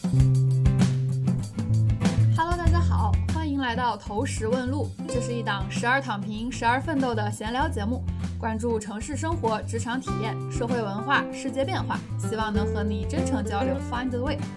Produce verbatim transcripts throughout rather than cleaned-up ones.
Hello， 大家好，欢迎来到投石问路，这是一档时而躺平、时而奋斗的闲聊节目，关注城市生活、职场体验、社会文化、世界变化，希望能和你真诚交流 ，Find the way。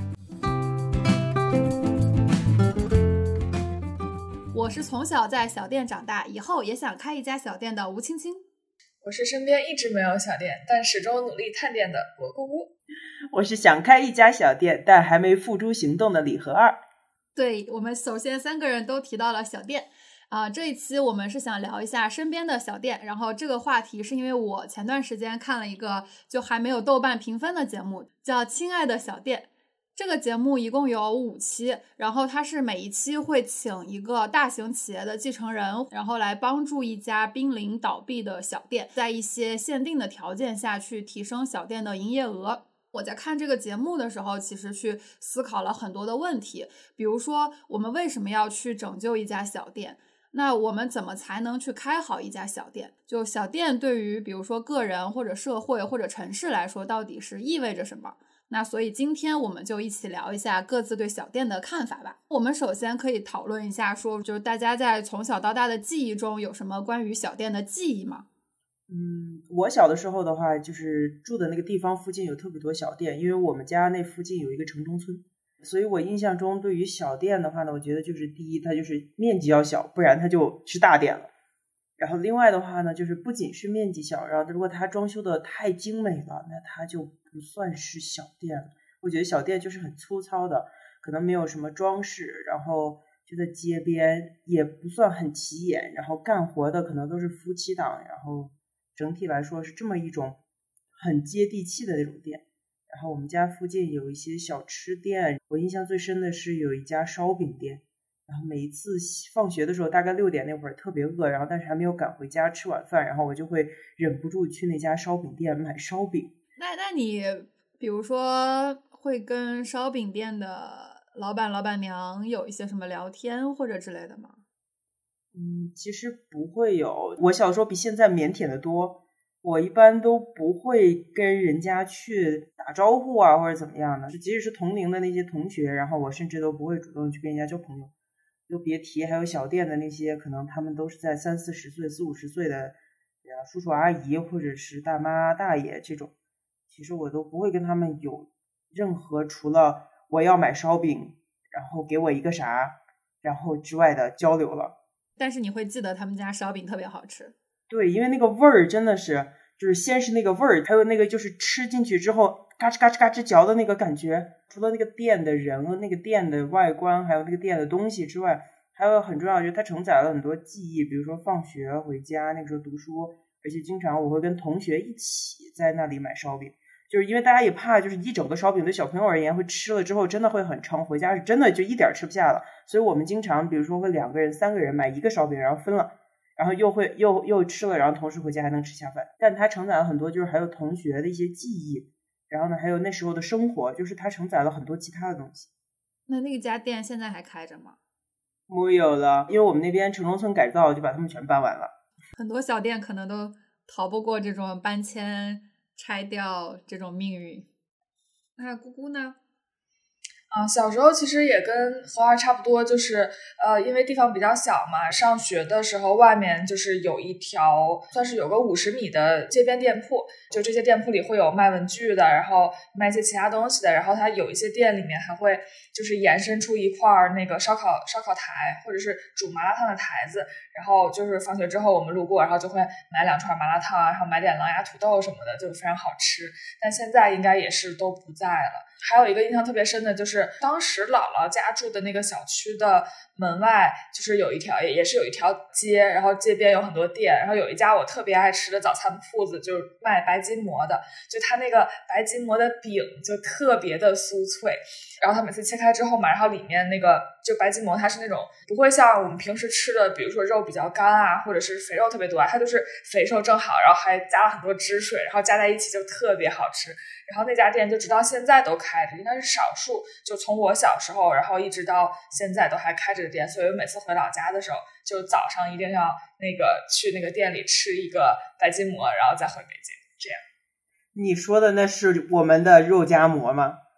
我是从小在小店长大，以后也想开一家小店的吴青青。 我是身边一直没有小店，但始终努力探店的罗姑姑。 我是想开一家小店，但还没付诸行动的李和二。 对，我们首先三个人都提到了小店啊、呃，这一期我们是想聊一下身边的小店，然后这个话题是因为我前段时间看了一个就还没有豆瓣评分的节目，叫《亲爱的小店》。这个节目一共有五期，然后它是每一期会请一个大型企业的继承人，然后来帮助一家濒临倒闭的小店，在一些限定的条件下去提升小店的营业额。我在看这个节目的时候，其实去思考了很多的问题，比如说我们为什么要去拯救一家小店？那我们怎么才能去开好一家小店？就小店对于比如说个人或者社会或者城市来说，到底是意味着什么？那所以今天我们就一起聊一下各自对小店的看法吧。我们首先可以讨论一下说，就是大家在从小到大的记忆中有什么关于小店的记忆吗？ 嗯，我小的时候的话，就是住的那个地方附近有特别多小店，因为我们家那附近有一个城中村，所以我印象中对于小店的话呢，我觉得就是第一，它就是面积要小，不然它就是大店了。然后另外的话呢，就是不仅是面积小，然后如果它装修的太精美了，那它就不算是小店了。我觉得小店就是很粗糙的，可能没有什么装饰，然后就在街边，也不算很起眼，然后干活的可能都是夫妻档，然后整体来说是这么一种很接地气的那种店。然后我们家附近有一些小吃店，我印象最深的是有一家烧饼店，然后每一次放学的时候大概六点那会儿特别饿，然后但是还没有赶回家吃晚饭，然后我就会忍不住去那家烧饼店买烧饼。 那那你比如说会跟烧饼店的老板老板娘有一些什么聊天或者之类的吗？ 嗯，其实不会有，我小时候比现在腼腆的多，我一般都不会跟人家去打招呼啊或者怎么样的，就即使是同龄的那些同学，然后我甚至都不会主动去跟人家交朋友，就别提还有小店的那些可能他们都是在三四十岁四五十岁的叔叔阿姨或者是大妈大爷这种，其实我都不会跟他们有任何除了我要买烧饼然后给我一个啥然后之外的交流了。 但是你会记得他们家烧饼特别好吃。 对，因为那个味儿真的是就是先是那个味儿，还有那个就是吃进去之后嘎吱嘎吱嘎吱嚼的那个感觉，除了那个店的人和那个店的外观还有那个店的东西之外，还有很重要就是它承载了很多记忆，比如说放学回家那个时候读书，而且经常我会跟同学一起在那里买烧饼，就是因为大家也怕就是一整个烧饼对小朋友而言会吃了之后真的会很撑，回家是真的就一点吃不下了，所以我们经常比如说会两个人三个人买一个烧饼然后分了，然后又会又又吃了，然后同时回家还能吃下饭。但它承载了很多就是还有同学的一些记忆，然后呢还有那时候的生活，就是它承载了很多其他的东西。 那那个家店现在还开着吗？ 没有了，因为我们那边城中村改造就把他们全搬完了。 很多小店可能都逃不过这种搬迁拆掉这种命运。那姑姑呢？ 啊，小时候其实也跟和二差不多，就是呃，因为地方比较小嘛，上学的时候外面就是有一条算是有个五十米的街边店铺，就这些店铺里会有卖文具的，然后卖一些其他东西的，然后它有一些店里面还会就是延伸出一块那个烧烤烧烤台或者是煮麻辣烫的台子，然后就是放学之后我们路过，然后就会买两串麻辣烫，然后买点狼牙土豆什么的，就非常好吃。但现在应该也是都不在了。还有一个印象特别深的就是当时姥姥家住的那个小区的门外就是有一条也是有一条街，然后街边有很多店，然后有一家我特别爱吃的早餐铺子，就是卖白吉馍的，就它那个白吉馍的饼就特别的酥脆，然后它每次切开之后嘛，然后里面那个就白吉馍它是那种不会像我们平时吃的比如说肉比较干啊或者是肥肉特别多啊，它就是肥瘦正好，然后还加了很多汁水，然后加在一起就特别好吃。然后那家店就直到现在都开着，应该是少数就从我小时候然后一直到现在都还开着的店，所以我每次回老家的时候就早上一定要那个去那个店里吃一个白吉馍，然后再回北京。这样你说的那是我们的肉夹馍吗？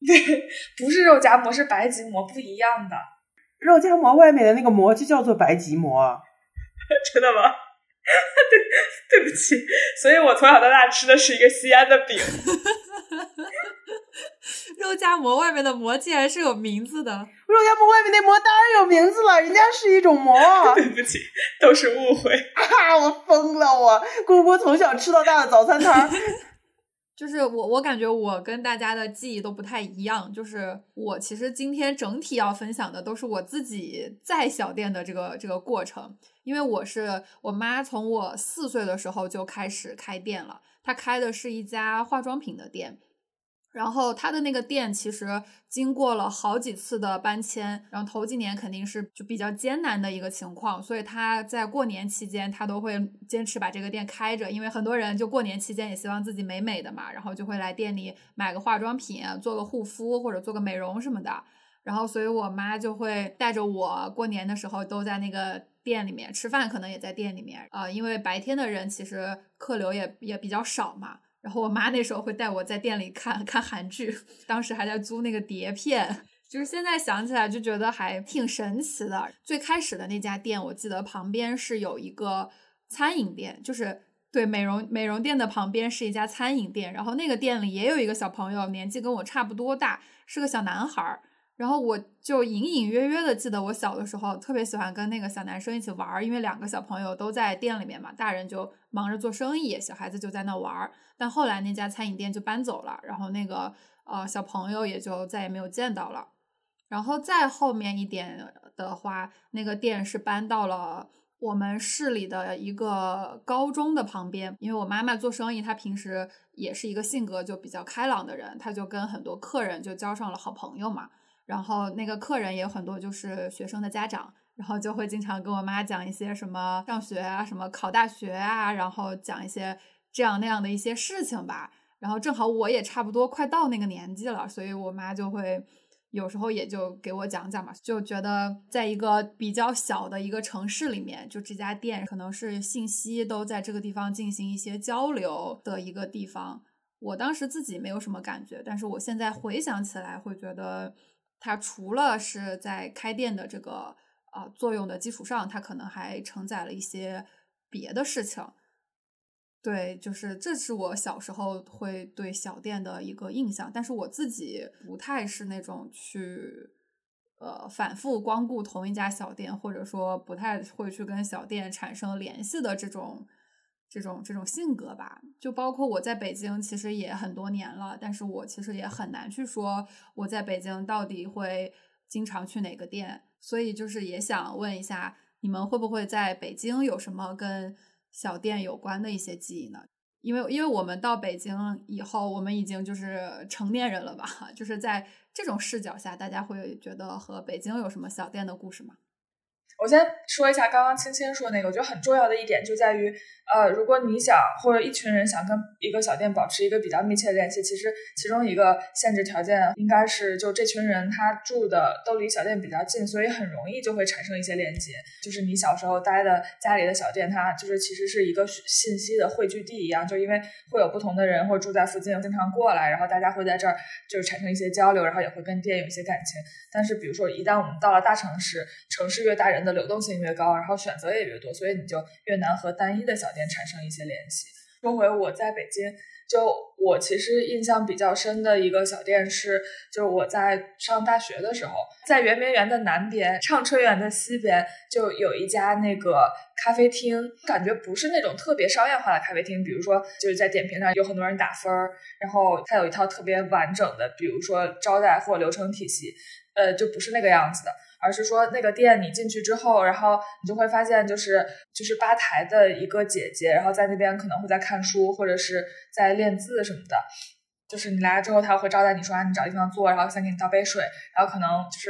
对，不是肉夹馍，是白吉馍，不一样的。 肉夹馍外面的那个馍就叫做白吉馍啊？ 真的吗？对，对不起，所以我从小到大吃的是一个西安的饼。 肉夹馍外面的馍竟然是有名字的。 肉夹馍外面那馍当然有名字了，人家是一种馍。 对不起，都是误会。 啊，我疯了！我姑姑从小吃到大的早餐摊。 就是我，我感觉我跟大家的记忆都不太一样。就是我其实今天整体要分享的都是我自己在小店的这个这个过程，因为我是我妈从我四岁的时候就开始开店了，她开的是一家化妆品的店。然后他的那个店其实经过了好几次的搬迁，然后头几年肯定是就比较艰难的一个情况，所以他在过年期间他都会坚持把这个店开着，因为很多人就过年期间也希望自己美美的嘛，然后就会来店里买个化妆品，做个护肤或者做个美容什么的。然后所以我妈就会带着我过年的时候都在那个店里面吃饭，可能也在店里面啊、呃，因为白天的人其实客流也也比较少嘛。然后我妈那时候会带我在店里看看韩剧，当时还在租那个碟片，就是现在想起来就觉得还挺神奇的。最开始的那家店我记得旁边是有一个餐饮店，就是对美容美容店的旁边是一家餐饮店，然后那个店里也有一个小朋友，年纪跟我差不多大，是个小男孩。然后我就隐隐约约的记得我小的时候特别喜欢跟那个小男生一起玩，因为两个小朋友都在店里面嘛，大人就忙着做生意，小孩子就在那玩。但后来那家餐饮店就搬走了，然后那个呃小朋友也就再也没有见到了。然后再后面一点的话，那个店是搬到了我们市里的一个高中的旁边，因为我妈妈做生意，她平时也是一个性格就比较开朗的人，她就跟很多客人就交上了好朋友嘛。然后那个客人也有很多就是学生的家长，然后就会经常跟我妈讲一些什么上学啊，什么考大学啊，然后讲一些这样那样的一些事情吧。然后正好我也差不多快到那个年纪了，所以我妈就会有时候也就给我讲讲嘛，就觉得在一个比较小的一个城市里面，就这家店可能是信息都在这个地方进行一些交流的一个地方。我当时自己没有什么感觉，但是我现在回想起来会觉得它除了是在开店的这个呃作用的基础上，它可能还承载了一些别的事情。对，就是这是我小时候会对小店的一个印象，但是我自己不太是那种去呃反复光顾同一家小店，或者说不太会去跟小店产生联系的这种这种这种性格吧。就包括我在北京其实也很多年了，但是我其实也很难去说我在北京到底会经常去哪个店，所以就是也想问一下，你们会不会在北京有什么跟小店有关的一些记忆呢？因为因为我们到北京以后，我们已经就是成年人了吧，就是在这种视角下，大家会觉得和北京有什么小店的故事吗？ 我先说一下刚刚青青说那个，我觉得很重要的一点就在于，呃，如果你想或者一群人想跟一个小店保持一个比较密切的联系，其实其中一个限制条件应该是，就这群人他住的都离小店比较近，所以很容易就会产生一些连接。就是你小时候待的家里的小店，它就是其实是一个信息的汇聚地一样，就因为会有不同的人或者住在附近经常过来，然后大家会在这儿就是产生一些交流，然后也会跟店有一些感情。但是比如说一旦我们到了大城市，城市越大，人的流动性越高，然后选择也越多，所以你就越难和单一的小店产生一些联系。说回我在北京，就我其实印象比较深的一个小店是，就是我在上大学的时候，在圆明园的南边，畅春园的西边，就有一家那个咖啡厅，感觉不是那种特别商业化的咖啡厅，比如说就是在点评上有很多人打分，然后它有一套特别完整的，比如说招待或流程体系，呃，就不是那个样子的。而是说那个店你进去之后，然后你就会发现就是就是吧台的一个姐姐，然后在那边可能会在看书或者是在练字什么的，就是你来了之后他会招待你说啊，你找地方坐，然后先给你倒杯水，然后可能就是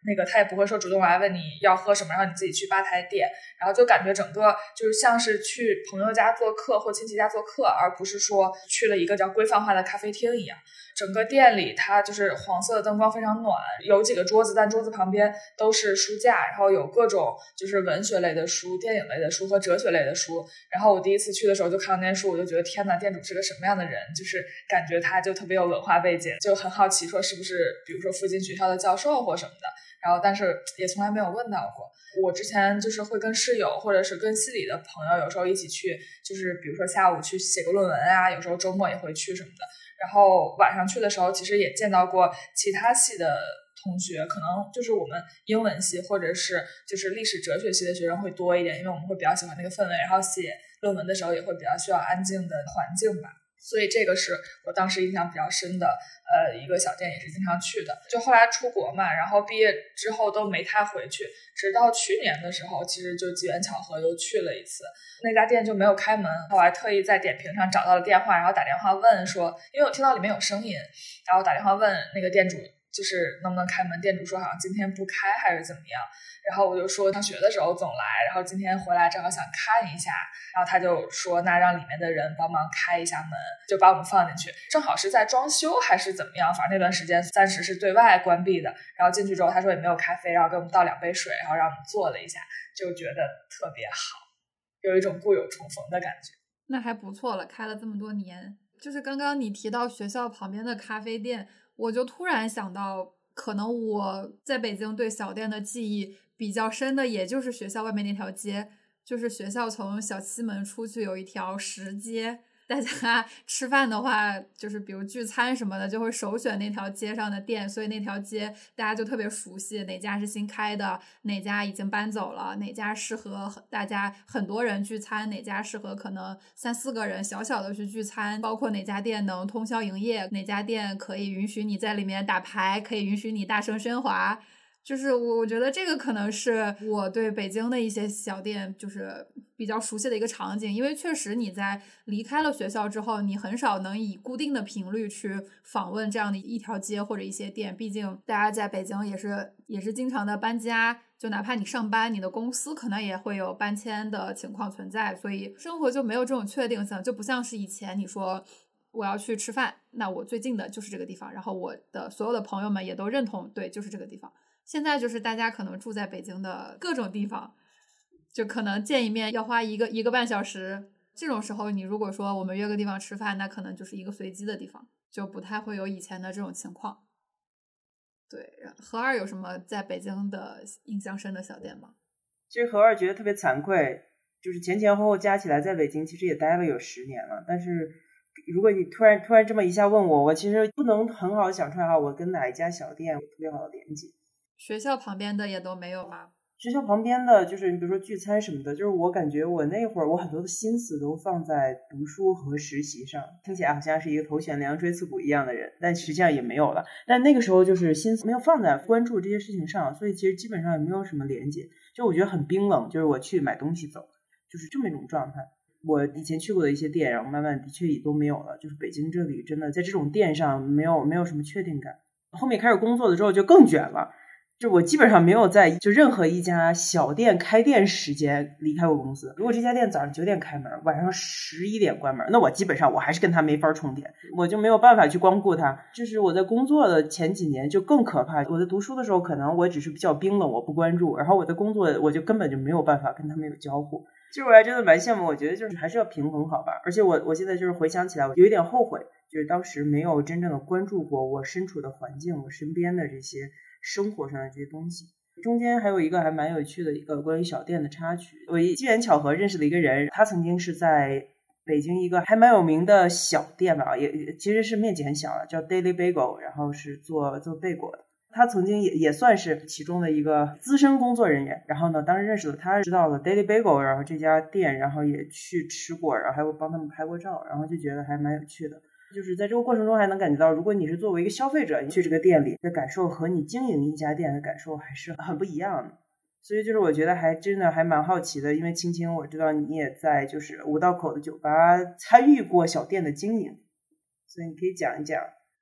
那个他也不会说主动来问你要喝什么，然后你自己去吧台点，然后就感觉整个就是像是去朋友家做客或亲戚家做客，而不是说去了一个叫规范化的咖啡厅一样。整个店里它就是黄色的灯光非常暖，有几个桌子，但桌子旁边都是书架，然后有各种就是文学类的书、电影类的书和哲学类的书。然后我第一次去的时候就看到那些书，我就觉得天哪，店主是个什么样的人，就是感觉他就特别有文化背景，就很好奇说是不是比如说附近学校的教授或什么的，然后但是也从来没有问到过。我之前就是会跟室友或者是跟系里的朋友有时候一起去，就是比如说下午去写个论文啊，有时候周末也会去什么的。然后晚上去的时候其实也见到过其他系的同学，可能就是我们英文系或者是就是历史哲学系的学生会多一点，因为我们会比较喜欢那个氛围，然后写论文的时候也会比较需要安静的环境吧。所以这个是我当时印象比较深的呃一个小店，也是经常去的。就后来出国嘛，然后毕业之后都没太回去，直到去年的时候其实就机缘巧合又去了一次，那家店就没有开门，我还特意在点评上找到了电话，然后打电话问说，因为我听到里面有声音，然后打电话问那个店主就是能不能开门，店主说好像今天不开还是怎么样，然后我就说上学的时候总来，然后今天回来正好想看一下，然后他就说那让里面的人帮忙开一下门，就把我们放进去，正好是在装修还是怎么样，反正那段时间暂时是对外关闭的，然后进去之后他说也没有咖啡，然后给我们倒两杯水，然后让我们坐了一下，就觉得特别好，有一种故友重逢的感觉。 那还不错了，开了这么多年。就是刚刚你提到学校旁边的咖啡店，我就突然想到，可能我在北京对小店的记忆比较深的，也就是学校外面那条街，就是学校从小西门出去有一条石街，大家吃饭的话，就是比如聚餐什么的，就会首选那条街上的店，所以那条街大家就特别熟悉，哪家是新开的，哪家已经搬走了，哪家适合大家很多人聚餐，哪家适合可能三四个人小小的去聚餐，包括哪家店能通宵营业，哪家店可以允许你在里面打牌，可以允许你大声喧哗。就是我我觉得这个可能是我对北京的一些小店就是比较熟悉的一个场景，因为确实你在离开了学校之后，你很少能以固定的频率去访问这样的一条街或者一些店，毕竟大家在北京也是也是经常的搬家，就哪怕你上班，你的公司可能也会有搬迁的情况存在，所以生活就没有这种确定性，就不像是以前你说我要去吃饭，那我最近的就是这个地方，然后我的所有的朋友们也都认同，对，就是这个地方。现在就是大家可能住在北京的各种地方，就可能见一面要花一个一个半小时，这种时候你如果说我们约个地方吃饭，那可能就是一个随机的地方，就不太会有以前的这种情况。对，何二有什么在北京的印象深的小店吗？ 其实何二觉得特别惭愧，就是前前后后加起来在北京其实也待了有十年了，但是如果你突然突然这么一下问我，我其实不能很好想出来哈，我跟哪一家小店有特别好的连接。 学校旁边的也都没有吗？ 学校旁边的就是你比如说聚餐什么的，就是我感觉我那会儿我很多的心思都放在读书和实习上，听起来好像是一个头悬梁锥刺股一样的人，但实际上也没有了。但那个时候就是心思没有放在关注这些事情上，所以其实基本上也没有什么连接，就我觉得很冰冷，就是我去买东西走，就是这么一种状态。我以前去过的一些店，然后慢慢的确也都没有了，就是北京这里真的在这种店上没有没有什么确定感。后面开始工作的时候就更卷了，就我基本上没有在就任何一家小店开店时间离开过公司。如果这家店早上九点开门，晚上十一点关门，那我基本上我还是跟他没法重叠，我就没有办法去光顾他。就是我在工作的前几年就更可怕，我在读书的时候可能我只是比较冰冷，我不关注，然后我在工作我就根本就没有办法跟他们有交互。其实我还真的蛮羡慕，我觉得就是还是要平衡好吧。而且我我现在就是回想起来，我有一点后悔，就是当时没有真正的关注过我身处的环境，我身边的这些生活上的这些东西。中间还有一个还蛮有趣的一个关于小店的插曲，我机缘巧合认识了一个人，他曾经是在北京一个还蛮有名的小店吧，也其实是面积很小了，叫 Daily Bagel， 然后是做做贝果的。他曾经也也算是其中的一个资深工作人员，然后呢当时认识了他，知道了 Daily Bagel， 然后这家店，然后也去吃过，然后还会帮他们拍过照，然后就觉得还蛮有趣的。就是在这个过程中还能感觉到，如果你是作为一个消费者，你去这个店里的感受和你经营一家店的感受还是很不一样的。所以就是我觉得还真的还蛮好奇的，因为青青我知道你也在就是五道口的酒吧参与过小店的经营，所以你可以讲一讲。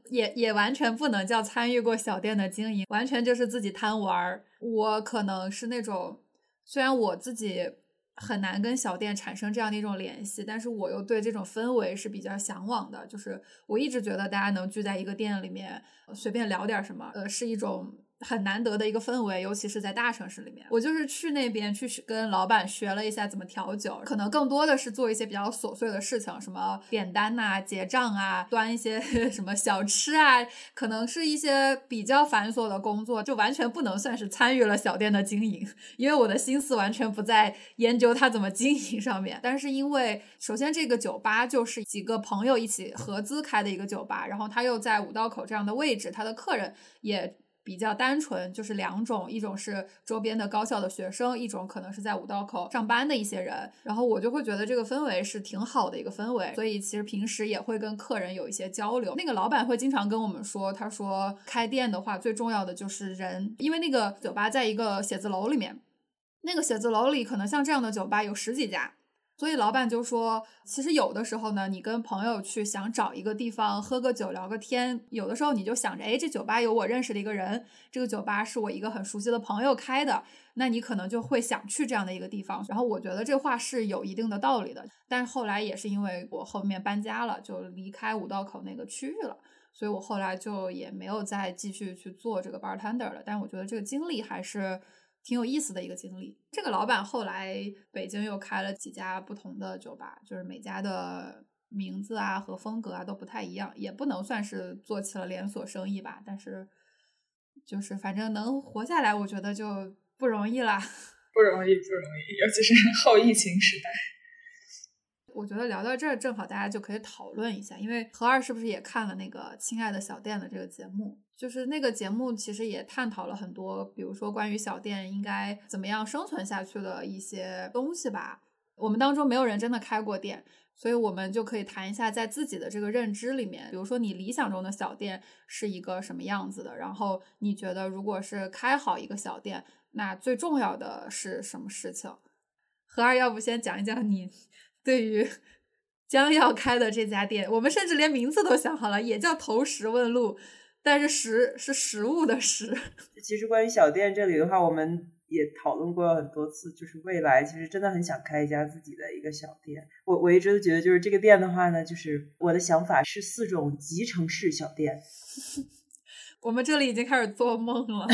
也也完全不能叫参与过小店的经营，完全就是自己贪玩儿。我可能是那种，虽然我自己很难跟小店产生这样的一种联系，但是我又对这种氛围是比较向往的。就是我一直觉得大家能聚在一个店里面，随便聊点什么，呃，是一种很难得的一个氛围，尤其是在大城市里面。我就是去那边去跟老板学了一下怎么调酒，可能更多的是做一些比较琐碎的事情，什么点单呐、啊、结账啊、端一些什么小吃啊，可能是一些比较繁琐的工作，就完全不能算是参与了小店的经营，因为我的心思完全不在研究它怎么经营上面。但是因为首先这个酒吧就是几个朋友一起合资开的一个酒吧，然后他又在五道口这样的位置，他的客人也比较单纯，就是两种，一种是周边的高校的学生，一种可能是在五道口上班的一些人，然后我就会觉得这个氛围是挺好的一个氛围，所以其实平时也会跟客人有一些交流。那个老板会经常跟我们说，他说开店的话最重要的就是人，因为那个酒吧在一个写字楼里面，那个写字楼里可能像这样的酒吧有十几家，所以老板就说，其实有的时候呢，你跟朋友去想找一个地方喝个酒聊个天，有的时候你就想着，哎，这酒吧有我认识的一个人，这个酒吧是我一个很熟悉的朋友开的，那你可能就会想去这样的一个地方。然后我觉得这话是有一定的道理的，但是后来也是因为我后面搬家了，就离开五道口那个区域了，所以我后来就也没有再继续去做这个 bartender 了。但是我觉得这个经历还是挺有意思的一个经历。这个老板后来北京又开了几家不同的酒吧，就是每家的名字啊和风格啊都不太一样，也不能算是做起了连锁生意吧，但是就是反正能活下来，我觉得就不容易啦。 不容易，不容易，尤其是后疫情时代。 我觉得聊到这儿，正好大家就可以讨论一下，因为何二是不是也看了那个《亲爱的小店》的这个节目？就是那个节目其实也探讨了很多，比如说关于小店应该怎么样生存下去的一些东西吧。我们当中没有人真的开过店，所以我们就可以谈一下在自己的这个认知里面，比如说你理想中的小店是一个什么样子的，然后你觉得如果是开好一个小店，那最重要的是什么事情？何二，要不先讲一讲你对于将要开的这家店，我们甚至连名字都想好了，也叫投石问路，但是食是食物的食。 其实关于小店这里的话，我们也讨论过很多次，就是未来其实真的很想开一家自己的一个小店。我我一直都觉得，就是这个店的话呢，就是我的想法是四种集成式小店。 我们这里已经开始做梦了。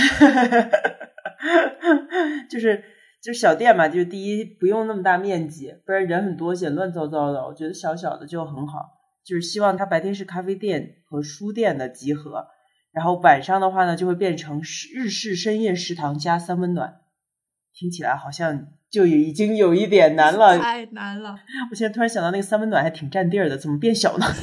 就是就是小店嘛，就是第一不用那么大面积，不然人很多显乱糟糟的，我觉得小小的就很好。就是希望它白天是咖啡店和书店的集合，然后晚上的话呢就会变成日式深夜食堂加三温暖。听起来好像就已经有一点难了， 太难了。 我现在突然想到那个三温暖还挺占地儿的，怎么变小呢？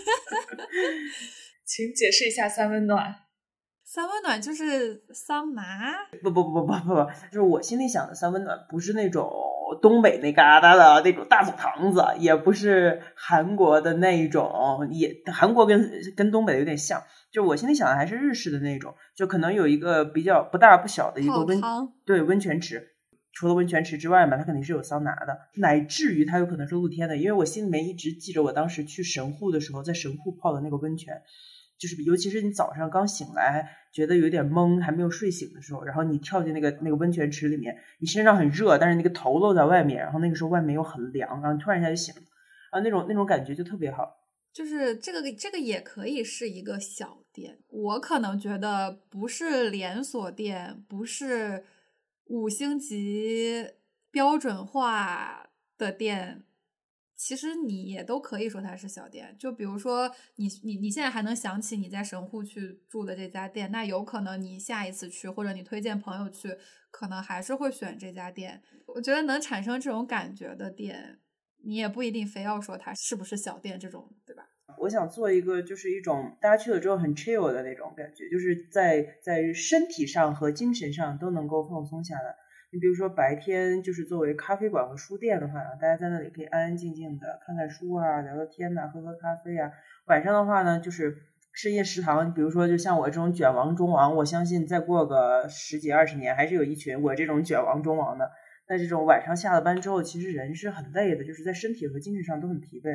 请解释一下三温暖。 三温暖就是桑拿？ 不不不不不不，就是我心里想的三温暖不是那种东北那旮瘩的那种大澡堂子，也不是韩国的那一种，也韩国跟跟东北有点像，就我心里想的还是日式的那种，就可能有一个比较不大不小的一个温对温泉池，除了温泉池之外嘛，它肯定是有桑拿的，乃至于它有可能是露天的，因为我心里面一直记着我当时去神户的时候，在神户泡的那个温泉。就是尤其是你早上刚醒来觉得有点懵还没有睡醒的时候，然后你跳进那个那个温泉池里面，你身上很热，但是那个头露在外面，然后那个时候外面又很凉，然后你突然一下就醒了啊，那种那种感觉就特别好。 就是这个这个也可以是一个小店，我可能觉得不是连锁店，不是五星级标准化的店，其实你也都可以说它是小店。就比如说你你你现在还能想起你在神户去住的这家店，那有可能你下一次去或者你推荐朋友去，可能还是会选这家店。我觉得能产生这种感觉的店，你也不一定非要说它是不是小店这种，对吧？ 我想做一个就是一种大家去了之后很 chill 的那种感觉，就是在在身体上和精神上都能够放松下来。你比如说白天就是作为咖啡馆和书店的话，大家在那里可以安安静静的看看书啊，聊聊天啊，喝喝咖啡啊。晚上的话呢，就是深夜食堂，比如说就像我这种卷王中王，我相信再过个十几二十年还是有一群我这种卷王中王的。那这种晚上下了班之后，其实人是很累的，就是在身体和精神上都很疲惫。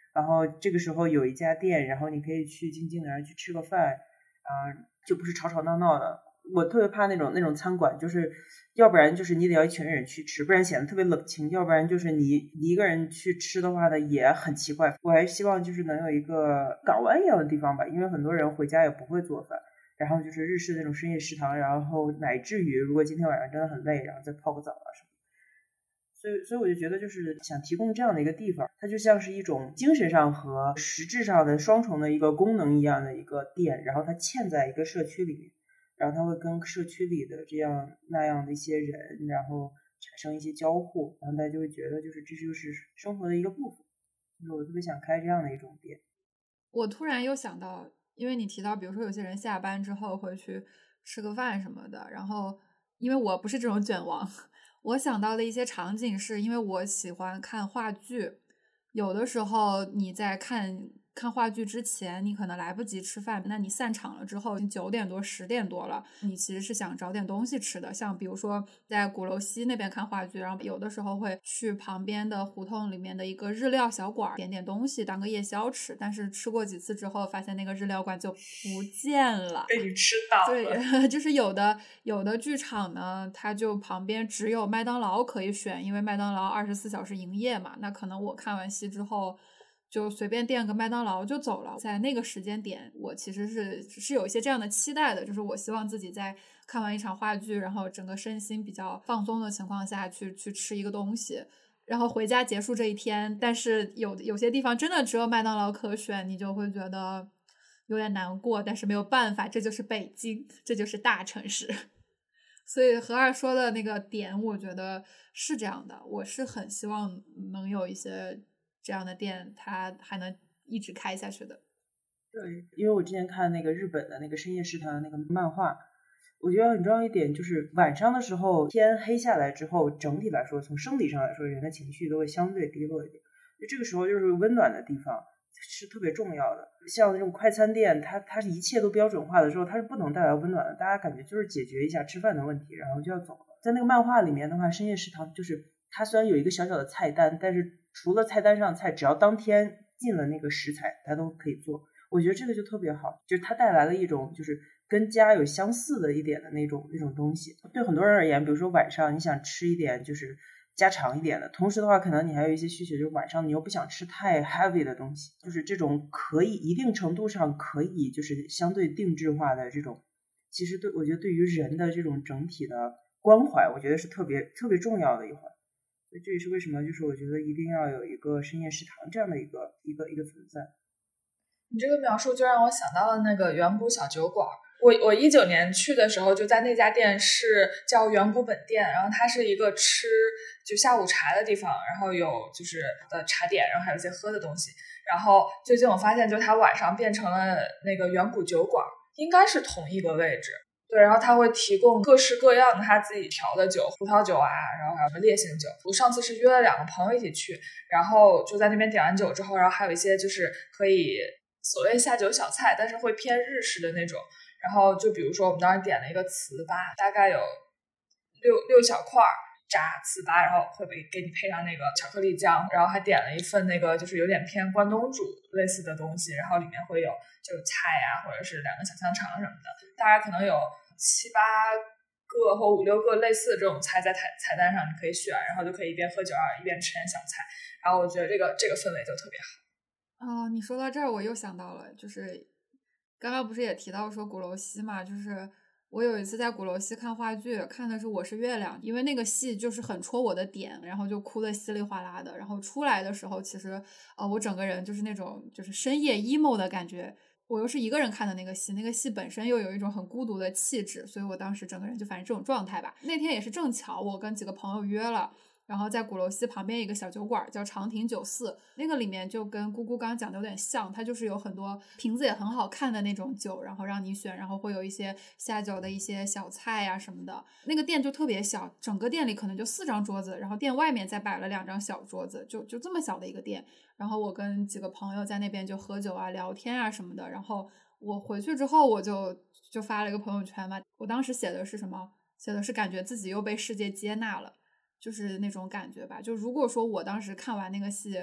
然后这个时候有一家店，然后你可以去静静的去吃个饭啊、呃，就不是吵吵闹闹的。我特别怕那种那种餐馆，就是要不然就是你得要一群人去吃，不然显得特别冷清；要不然就是你你一个人去吃的话呢，也很奇怪。我还希望就是能有一个港湾一样的地方吧，因为很多人回家也不会做饭，然后就是日式那种深夜食堂，然后乃至于如果今天晚上真的很累，然后再泡个澡啊什么。所以，所以我就觉得，就是想提供这样的一个地方，它就像是一种精神上和实质上的双重的一个功能一样的一个店，然后它嵌在一个社区里面，然后它会跟社区里的这样那样的一些人，然后产生一些交互，然后大家就会觉得，就是这就是生活的一个部分。所以我特别想开这样的一种店。 我突然又想到，因为你提到，比如说有些人下班之后会去吃个饭什么的，然后因为我不是这种卷王。我想到的一些场景是因为我喜欢看话剧，有的时候你在看看话剧之前，你可能来不及吃饭，那你散场了之后，你九点多十点多了，你其实是想找点东西吃的。像比如说在鼓楼西那边看话剧，然后有的时候会去旁边的胡同里面的一个日料小馆点点东西当个夜宵吃，但是吃过几次之后发现那个日料馆就不见了， 被你吃到了。 对，就是有的有的剧场呢，它就旁边只有麦当劳可以选，因为麦当劳二十四小时营业嘛。那可能我看完戏之后，就随便点个麦当劳就走了。在那个时间点，我其实是是有一些这样的期待的，就是我希望自己在看完一场话剧，然后整个身心比较放松的情况下去去吃一个东西。然后回家结束这一天，但是有有些地方真的只有麦当劳可选，你就会觉得有点难过，但是没有办法，这就是北京，这就是大城市。所以何二说的那个点，我觉得是这样的，我是很希望能有一些这样的店，它还能一直开下去的。 对，因为我之前看那个日本的那个深夜食堂的那个漫画，我觉得很重要一点就是晚上的时候天黑下来之后，整体来说从生理上来说人的情绪都会相对低落一点，就这个时候就是温暖的地方是特别重要的。像那种快餐店，它它是一切都标准化的时候，它是不能带来温暖的，大家感觉就是解决一下吃饭的问题然后就要走了。在那个漫画里面的话，深夜食堂就是它虽然有一个小小的菜单，但是除了菜单上的菜，只要当天进了那个食材它都可以做。我觉得这个就特别好，就是它带来了一种就是跟家有相似的一点的那种那种东西。对很多人而言，比如说晚上你想吃一点就是家常一点的，同时的话可能你还有一些需求，就是晚上你又不想吃太 heavy 的东西，就是这种可以一定程度上可以就是相对定制化的这种，其实对我觉得对于人的这种整体的关怀，我觉得是特别特别重要的一环。所以这也是为什么就是我觉得一定要有一个深夜食堂这样的一个一个一个存在。 你这个描述就让我想到了那个远古小酒馆。我我一九年去的时候，就在那家店是叫远古本店，然后它是一个吃就下午茶的地方，然后有就是的茶点，然后还有一些喝的东西。然后最近我发现，就它晚上变成了那个远古酒馆，应该是同一个位置。对，然后他会提供各式各样的他自己调的酒，葡萄酒啊，然后还有什么烈性酒。我上次是约了两个朋友一起去，然后就在那边点完酒之后，然后还有一些就是可以所谓下酒小菜，但是会偏日式的那种。然后就比如说我们当时点了一个糍粑，大概有六六小块炸糍粑，然后会给你配上那个巧克力酱，然后还点了一份那个就是有点偏关东煮类似的东西，然后里面会有就是菜啊，或者是两个小香肠什么的，大概可能有七八个或五六个类似的这种菜在菜菜单上你可以选，然后就可以一边喝酒啊一边吃点小菜，然后我觉得这个这个氛围就特别好。 哦，你说到这儿我又想到了，就是刚刚不是也提到说鼓楼西嘛，就是我有一次在鼓楼西看话剧，看的是《我是月亮》，因为那个戏就是很戳我的点，然后就哭得稀里哗啦的。然后出来的时候，其实呃，我整个人就是那种就是深夜 emo 的感觉。我又是一个人看的那个戏，那个戏本身又有一种很孤独的气质，所以我当时整个人就反正这种状态吧。那天也是正巧，我跟几个朋友约了。然后在鼓楼西旁边一个小酒馆叫长亭酒肆，那个里面就跟姑姑刚刚讲的有点像，它就是有很多瓶子也很好看的那种酒，然后让你选，然后会有一些下酒的一些小菜呀、啊、什么的。那个店就特别小，整个店里可能就四张桌子，然后店外面再摆了两张小桌子，就就这么小的一个店。然后我跟几个朋友在那边就喝酒啊、聊天啊什么的。然后我回去之后，我就就发了一个朋友圈嘛，我当时写的是什么？写的是感觉自己又被世界接纳了。就是那种感觉吧，就如果说我当时看完那个戏，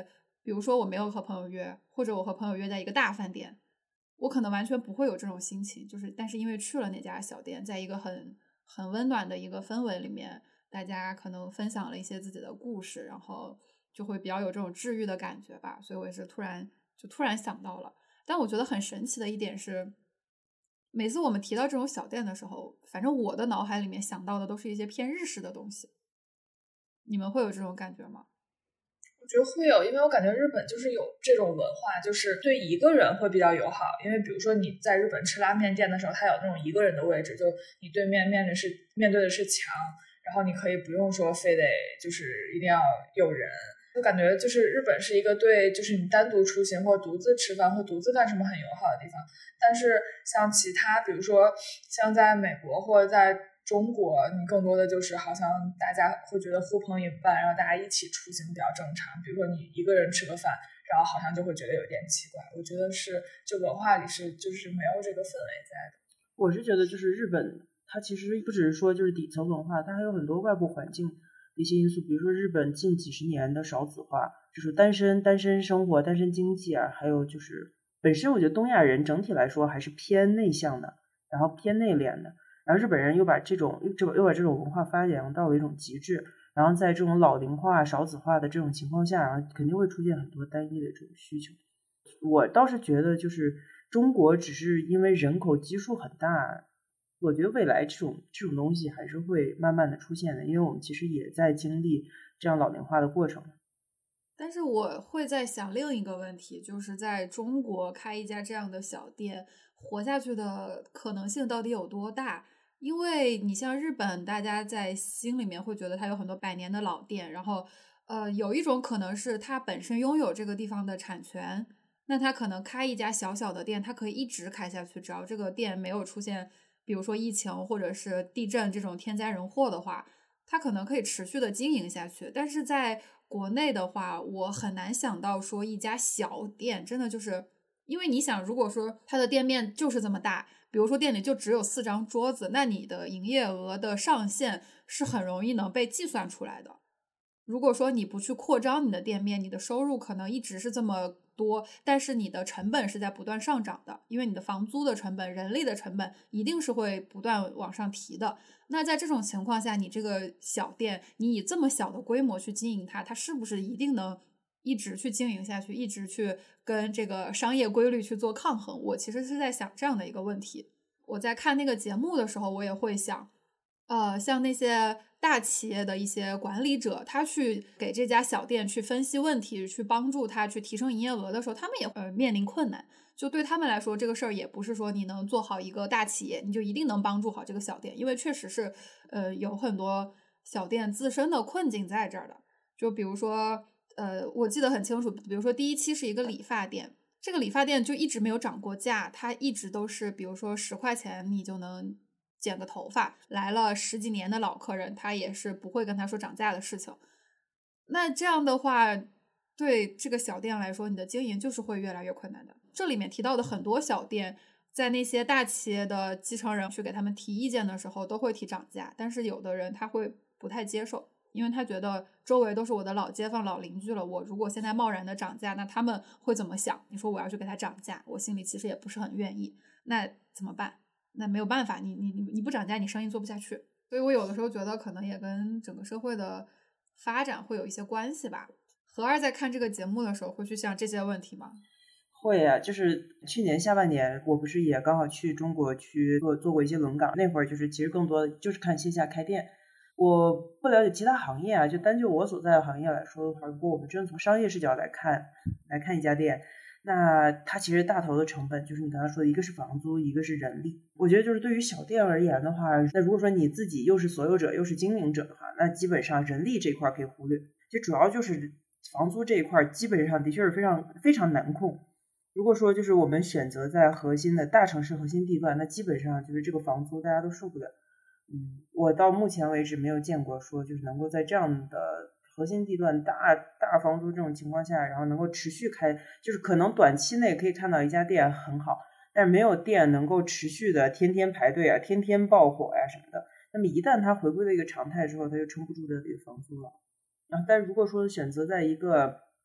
比如说我没有和朋友约，或者我和朋友约在一个大饭店，我可能完全不会有这种心情，就是但是因为去了那家小店，在一个很很温暖的一个氛围里面，大家可能分享了一些自己的故事，然后就会比较有这种治愈的感觉吧。所以我也是突然就突然想到了。但我觉得很神奇的一点是，每次我们提到这种小店的时候，反正我的脑海里面想到的都是一些偏日式的东西。你们会有这种感觉吗？ 我觉得会有，因为我感觉日本就是有这种文化，就是对一个人会比较友好。因为比如说你在日本吃拉面店的时候，它有那种一个人的位置，就你对面面的是面对的是墙，然后你可以不用说非得就是一定要有人。就感觉就是日本是一个对就是你单独出行或独自吃饭或独自干什么很友好的地方。但是像其他比如说像在美国或者在中国，你更多的就是好像大家会觉得呼朋引伴，然后大家一起出行比较正常。比如说你一个人吃个饭，然后好像就会觉得有点奇怪。我觉得是就文化里是就是没有这个氛围在的。 我是觉得就是日本它其实不只是说就是底层文化，它还有很多外部环境的一些因素。比如说日本近几十年的少子化，就是单身单身生活单身经济啊，还有就是本身我觉得东亚人整体来说还是偏内向的，然后偏内敛的，然后日本人又把这种又又把这种文化发扬到了一种极致，然后在这种老龄化少子化的这种情况下，然后肯定会出现很多单一的这种需求。我倒是觉得就是中国只是因为人口基数很大，我觉得未来这种这种东西还是会慢慢的出现的，因为我们其实也在经历这样老龄化的过程。 但是我会在想另一个问题，就是在中国开一家这样的小店，活下去的可能性到底有多大？因为你像日本，大家在心里面会觉得它有很多百年的老店，然后呃，有一种可能是它本身拥有这个地方的产权，那它可能开一家小小的店，它可以一直开下去，只要这个店没有出现，比如说疫情或者是地震这种天灾人祸的话，它可能可以持续的经营下去。但是在国内的话，我很难想到说一家小店真的就是，因为你想，如果说它的店面就是这么大，比如说店里就只有四张桌子，那你的营业额的上限是很容易能被计算出来的。如果说你不去扩张你的店面，你的收入可能一直是这么多，但是你的成本是在不断上涨的，因为你的房租的成本、人力的成本一定是会不断往上提的。那在这种情况下，你这个小店，你以这么小的规模去经营它，它是不是一定能一直去经营下去，一直去跟这个商业规律去做抗衡？我其实是在想这样的一个问题。我在看那个节目的时候，我也会想，呃，像那些大企业的一些管理者，他去给这家小店去分析问题，去帮助他去提升营业额的时候，他们也呃面临困难。就对他们来说，这个事儿也不是说你能做好一个大企业，你就一定能帮助好这个小店，因为确实是呃有很多小店自身的困境在这儿的。就比如说，呃，我记得很清楚，比如说第一期是一个理发店，这个理发店就一直没有涨过价，它一直都是比如说十块钱你就能剪个头发，来了十几年的老客人，他也是不会跟他说涨价的事情。那这样的话，对这个小店来说，你的经营就是会越来越困难的。这里面提到的很多小店，在那些大企业的继承人去给他们提意见的时候，都会提涨价，但是有的人他会不太接受，因为他觉得周围都是我的老街坊、老邻居了，我如果现在贸然的涨价，那他们会怎么想？你说我要去给他涨价，我心里其实也不是很愿意，那怎么办？那没有办法，你你你你不涨价，你生意做不下去。所以我有的时候觉得可能也跟整个社会的发展会有一些关系吧。何二在看这个节目的时候会去想这些问题吗？ 会啊，就是去年下半年我不是也刚好去中国去做做过一些轮岗，那会儿就是其实更多就是看线下开店。我不了解其他行业啊，就单就我所在的行业来说的话，如果我们真的从商业视角来看来看一家店，那它其实大头的成本就是你刚才说的，一个是房租，一个是人力。我觉得就是对于小店而言的话，那如果说你自己又是所有者又是经营者的话，那基本上人力这块可以忽略，就主要就是房租这一块基本上的确是非常非常难控。如果说就是我们选择在核心的大城市核心地段，那基本上就是这个房租大家都受不了。嗯，我到目前为止没有见过说就是能够在这样的核心地段大大房租这种情况下，然后能够持续开，就是可能短期内可以看到一家店很好，但是没有店能够持续的天天排队啊，天天爆火呀、啊、什么的。那么一旦它回归了一个常态之后，它就撑不住这个房租了。然后，但如果说选择在一个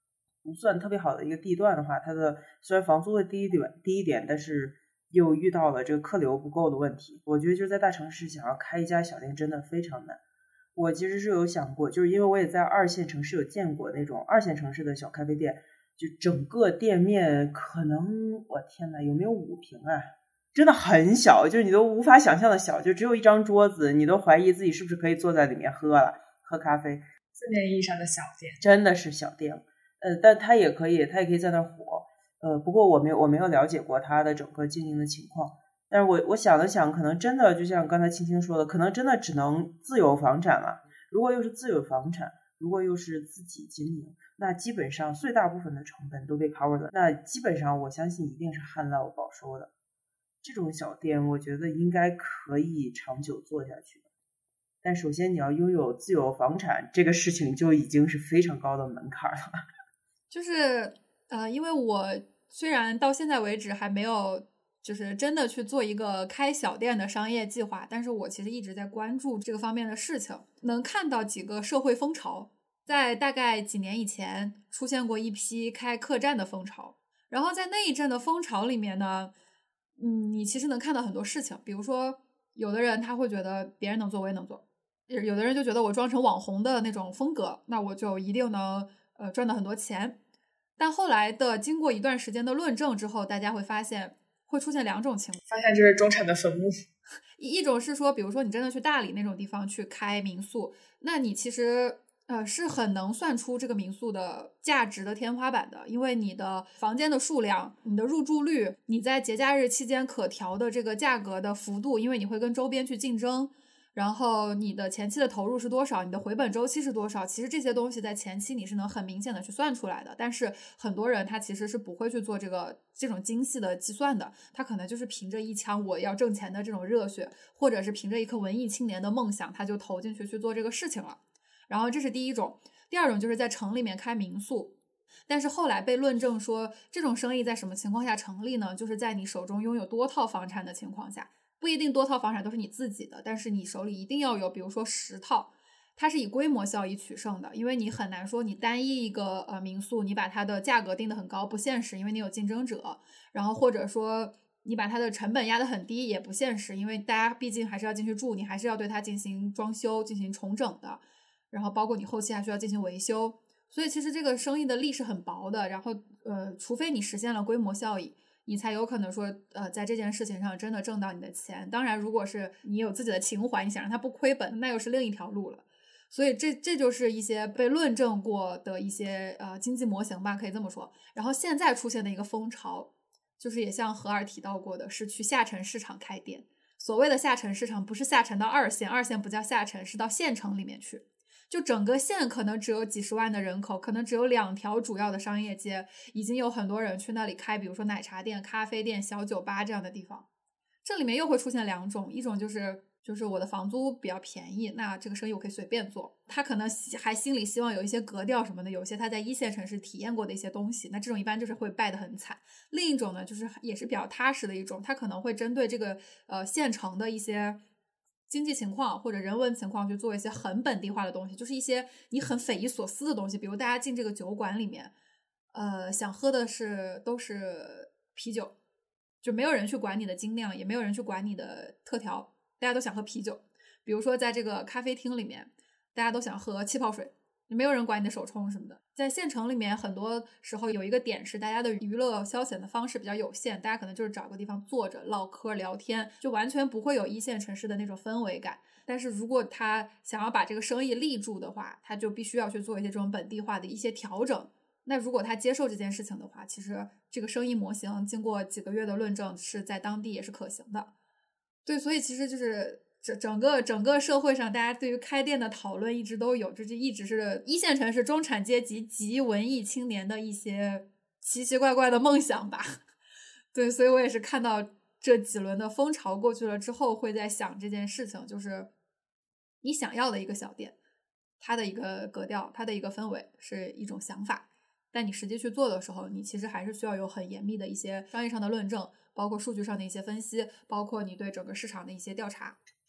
不算特别好的一个地段的话，它的虽然房租会低一点低一点，但是又遇到了这个客流不够的问题。我觉得就是在大城市想要开一家小店真的非常难。我其实是有想过，就是因为我也在二线城市有见过那种二线城市的小咖啡店，就整个店面可能我天哪有没有五平啊，真的很小，就是你都无法想象的小，就只有一张桌子，你都怀疑自己是不是可以坐在里面喝了喝咖啡。 字面意义上的小店真的是小店，呃，但它也可以它也可以在那儿火，呃，不过我没有我没有了解过它的整个经营的情况。但是我我想了想，可能真的就像刚才青青说的，可能真的只能自有房产了。如果又是自有房产，如果又是自己经营，那基本上最大部分的成本都被 cover 了，那基本上我相信一定是旱涝保收的。这种小店我觉得应该可以长久做下去的。但首先你要拥有自有房产，这个事情就已经是非常高的门槛了。 就是呃，因为我虽然到现在为止还没有就是真的去做一个开小店的商业计划，但是我其实一直在关注这个方面的事情，能看到几个社会风潮。在大概几年以前出现过一批开客栈的风潮，然后在那一阵的风潮里面呢，嗯，你其实能看到很多事情，比如说有的人他会觉得别人能做我也能做，有的人就觉得我装成网红的那种风格，那我就一定能呃赚到很多钱。但后来的经过一段时间的论证之后，大家会发现会出现两种情况， 发现这是中产的坟墓。 一种是说，比如说你真的去大理那种地方去开民宿，那你其实呃是很能算出这个民宿的价值的天花板的，因为你的房间的数量、你的入住率、你在节假日期间可调的这个价格的幅度，因为你会跟周边去竞争，然后你的前期的投入是多少，你的回本周期是多少，其实这些东西在前期你是能很明显的去算出来的。但是很多人他其实是不会去做这个这种精细的计算的，他可能就是凭着一腔我要挣钱的这种热血，或者是凭着一颗文艺青年的梦想，他就投进去去做这个事情了。然后这是第一种。第二种就是在城里面开民宿，但是后来被论证说这种生意在什么情况下成立呢？就是在你手中拥有多套房产的情况下，不一定多套房产都是你自己的，但是你手里一定要有比如说十套，它是以规模效益取胜的，因为你很难说你单一一个呃民宿你把它的价格定得很高，不现实，因为你有竞争者，然后或者说你把它的成本压得很低也不现实，因为大家毕竟还是要进去住，你还是要对它进行装修进行重整的，然后包括你后期还需要进行维修，所以其实这个生意的利是很薄的，然后呃，除非你实现了规模效益，你才有可能说呃，在这件事情上真的挣到你的钱。当然如果是你有自己的情怀，你想让它不亏本，那又是另一条路了。所以这这就是一些被论证过的一些呃经济模型吧，可以这么说。然后现在出现的一个风潮，就是也像何尔提到过的，是去下沉市场开店。所谓的下沉市场不是下沉到二线，二线不叫下沉，是到县城里面去。就整个县可能只有几十万的人口，可能只有两条主要的商业街，已经有很多人去那里开比如说奶茶店、咖啡店、小酒吧这样的地方。这里面又会出现两种，一种就是就是我的房租比较便宜，那这个生意我可以随便做，他可能还心里希望有一些格调什么的，有些他在一线城市体验过的一些东西，那这种一般就是会败得很惨。另一种呢，就是也是比较踏实的一种，他可能会针对这个呃县城的一些经济情况或者人文情况去做一些很本地化的东西，就是一些你很匪夷所思的东西，比如大家进这个酒馆里面呃，想喝的是都是啤酒，就没有人去管你的精酿，也没有人去管你的特调，大家都想喝啤酒。比如说在这个咖啡厅里面，大家都想喝气泡水，没有人管你的手冲什么的。在县城里面很多时候有一个点是大家的娱乐消遣的方式比较有限，大家可能就是找个地方坐着唠嗑聊天，就完全不会有一线城市的那种氛围感。但是如果他想要把这个生意立住的话，他就必须要去做一些这种本地化的一些调整。那如果他接受这件事情的话，其实这个生意模型经过几个月的论证是在当地也是可行的。对，所以其实就是整整个整个社会上大家对于开店的讨论一直都有，这就一直是一线城市中产阶级及文艺青年的一些奇奇怪怪的梦想吧。对，所以我也是看到这几轮的风潮过去了之后会在想这件事情，就是你想要的一个小店，它的一个格调，它的一个氛围是一种想法，但你实际去做的时候，你其实还是需要有很严密的一些商业上的论证，包括数据上的一些分析，包括你对整个市场的一些调查。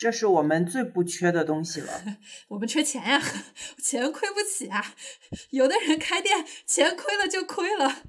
这是我们最不缺的东西了。 我们缺钱呀、啊，钱亏不起啊。有的人开店钱亏了就亏了。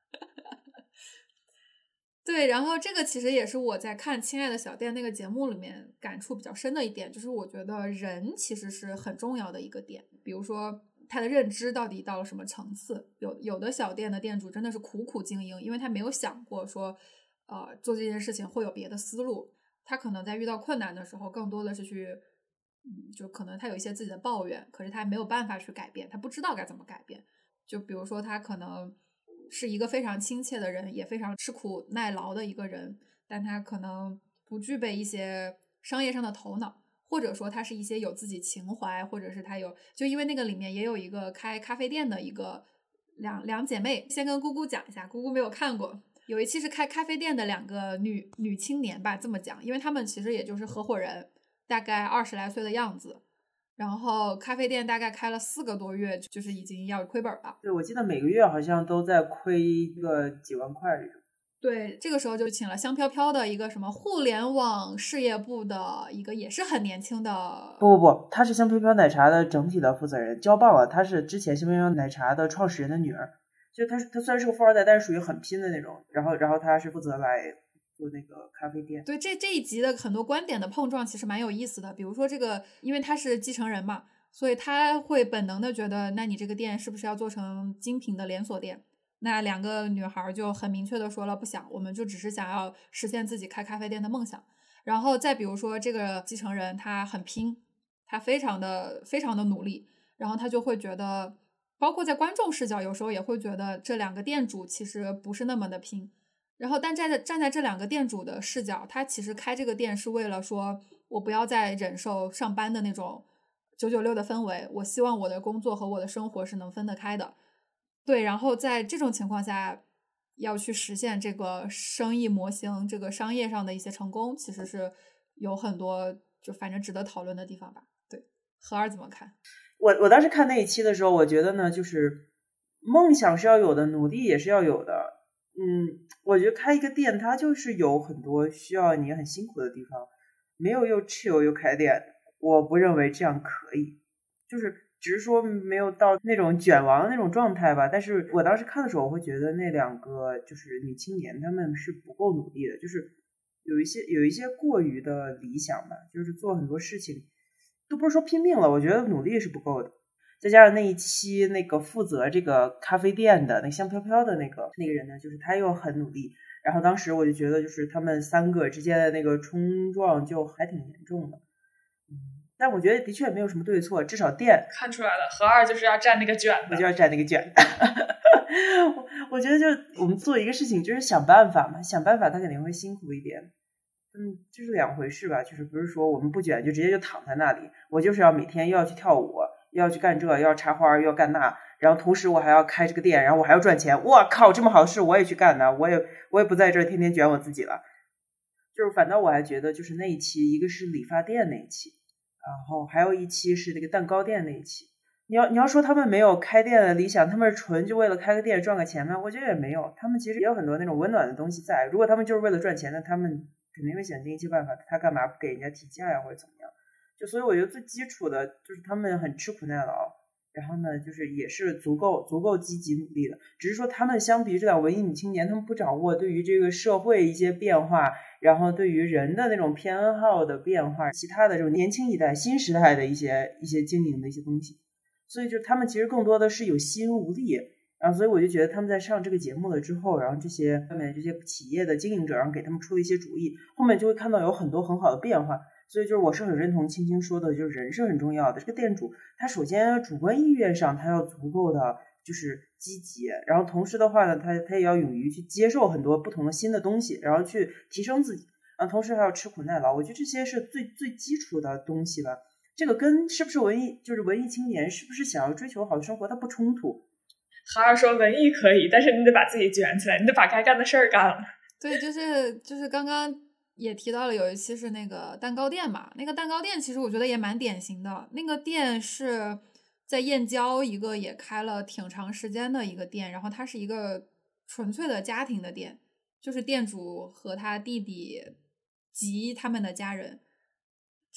对，然后这个其实也是我在看《亲爱的小店》那个节目里面感触比较深的一点，就是我觉得人其实是很重要的一个点。比如说他的认知到底到了什么层次，有有的小店的店主真的是苦苦经营，因为他没有想过说呃做这件事情会有别的思路，他可能在遇到困难的时候更多的是去嗯，就可能他有一些自己的抱怨，可是他没有办法去改变，他不知道该怎么改变。就比如说他可能是一个非常亲切的人，也非常吃苦耐劳的一个人，但他可能不具备一些商业上的头脑，或者说他是一些有自己情怀，或者是他有，就因为那个里面也有一个开咖啡店的一个两两姐妹，先跟姑姑讲一下，姑姑没有看过，有一期是开咖啡店的两个女女青年吧，这么讲，因为他们其实也就是合伙人，大概二十来岁的样子。然后咖啡店大概开了四个多月，就是已经要亏本了。 对，我记得每个月好像都在亏个几万块这种。 对，这个时候就请了香飘飘的一个什么互联网事业部的一个也是很年轻的。 不不不，他是香飘飘奶茶的整体的负责人，交棒了。他是之前香飘飘奶茶的创始人的女儿，就他他虽然是个富二代，但是属于很拼的那种。然后然后他是负责来做那个咖啡店。 对，这这一集的很多观点的碰撞其实蛮有意思的。比如说这个，因为他是继承人嘛，所以他会本能的觉得，那你这个店是不是要做成精品的连锁店？那两个女孩就很明确的说了不想，我们就只是想要实现自己开咖啡店的梦想。然后再比如说这个继承人他很拼，他非常的非常的努力，然后他就会觉得，包括在观众视角有时候也会觉得这两个店主其实不是那么的拼。然后但站在站在这两个店主的视角，他其实开这个店是为了说我不要再忍受上班的那种九九六的氛围，我希望我的工作和我的生活是能分得开的。对，然后在这种情况下要去实现这个生意模型，这个商业上的一些成功，其实是有很多就反正值得讨论的地方吧。对，何儿怎么看？ 我我当时看那一期的时候，我觉得呢，就是梦想是要有的，努力也是要有的。嗯，我觉得开一个店，它就是有很多需要你很辛苦的地方，没有又 chill 又开店，我不认为这样可以，就是只是说没有到那种卷王的那种状态吧。但是我当时看的时候，我会觉得那两个就是女青年，她们是不够努力的，就是有一些有一些过于的理想吧，就是做很多事情都不是说拼命了，我觉得努力是不够的。再加上那一期那个负责这个咖啡店的那个香飘飘的那个那个人呢，就是他又很努力，然后当时我就觉得就是他们三个之间的那个冲撞就还挺严重的。嗯，但我觉得的确没有什么对错，至少店看出来了，何二就是要占那个卷的， 我就要占那个卷我我觉得就我们做一个事情就是想办法嘛，想办法他肯定会辛苦一点。嗯，就是两回事吧，就是不是说我们不卷就直接就躺在那里，我就是要每天又要去跳舞，又要去干这，又要插花，又要干那，然后同时我还要开这个店，然后我还要赚钱。我靠，这么好的事我也去干呢，我也我也不在这儿天天卷我自己了。就是反倒我还觉得就是那一期，一个是理发店那一期，然后还有一期是那个蛋糕店那一期。你要你要说他们没有开店的理想，他们是纯就为了开个店赚个钱吗？我觉得也没有，他们其实也有很多那种温暖的东西在。如果他们就是为了赚钱，那他们肯定会想尽一切办法，他干嘛不给人家提价呀，或者怎么样？就所以我觉得最基础的就是他们很吃苦耐劳，然后呢，就是也是足够足够积极努力的。只是说他们相比于这两文艺女青年，他们不掌握对于这个社会一些变化，然后对于人的那种偏好的变化，其他的这种年轻一代新时代的一些一些经营的一些东西。所以就他们其实更多的是有心无力。然后所以我就觉得他们在上这个节目了之后，然后这些后面这些企业的经营者，然后给他们出了一些主意，后面就会看到有很多很好的变化。所以就是我是很认同青青说的，就是人是很重要的。这个店主他首先主观意愿上他要足够的就是积极，然后同时的话呢，他他也要勇于去接受很多不同的新的东西，然后去提升自己，然后同时还要吃苦耐劳。我觉得这些是最最基础的东西吧。这个跟是不是文艺就是文艺青年是不是想要追求好的生活它不冲突。 孩儿说文艺可以，但是你得把自己卷起来，你得把该干的事儿干了。 对，就是就是刚刚也提到了有一期是那个蛋糕店嘛，那个蛋糕店其实我觉得也蛮典型的。那个店是在燕郊一个也开了挺长时间的一个店，然后它是一个纯粹的家庭的店，就是店主和他弟弟及他们的家人。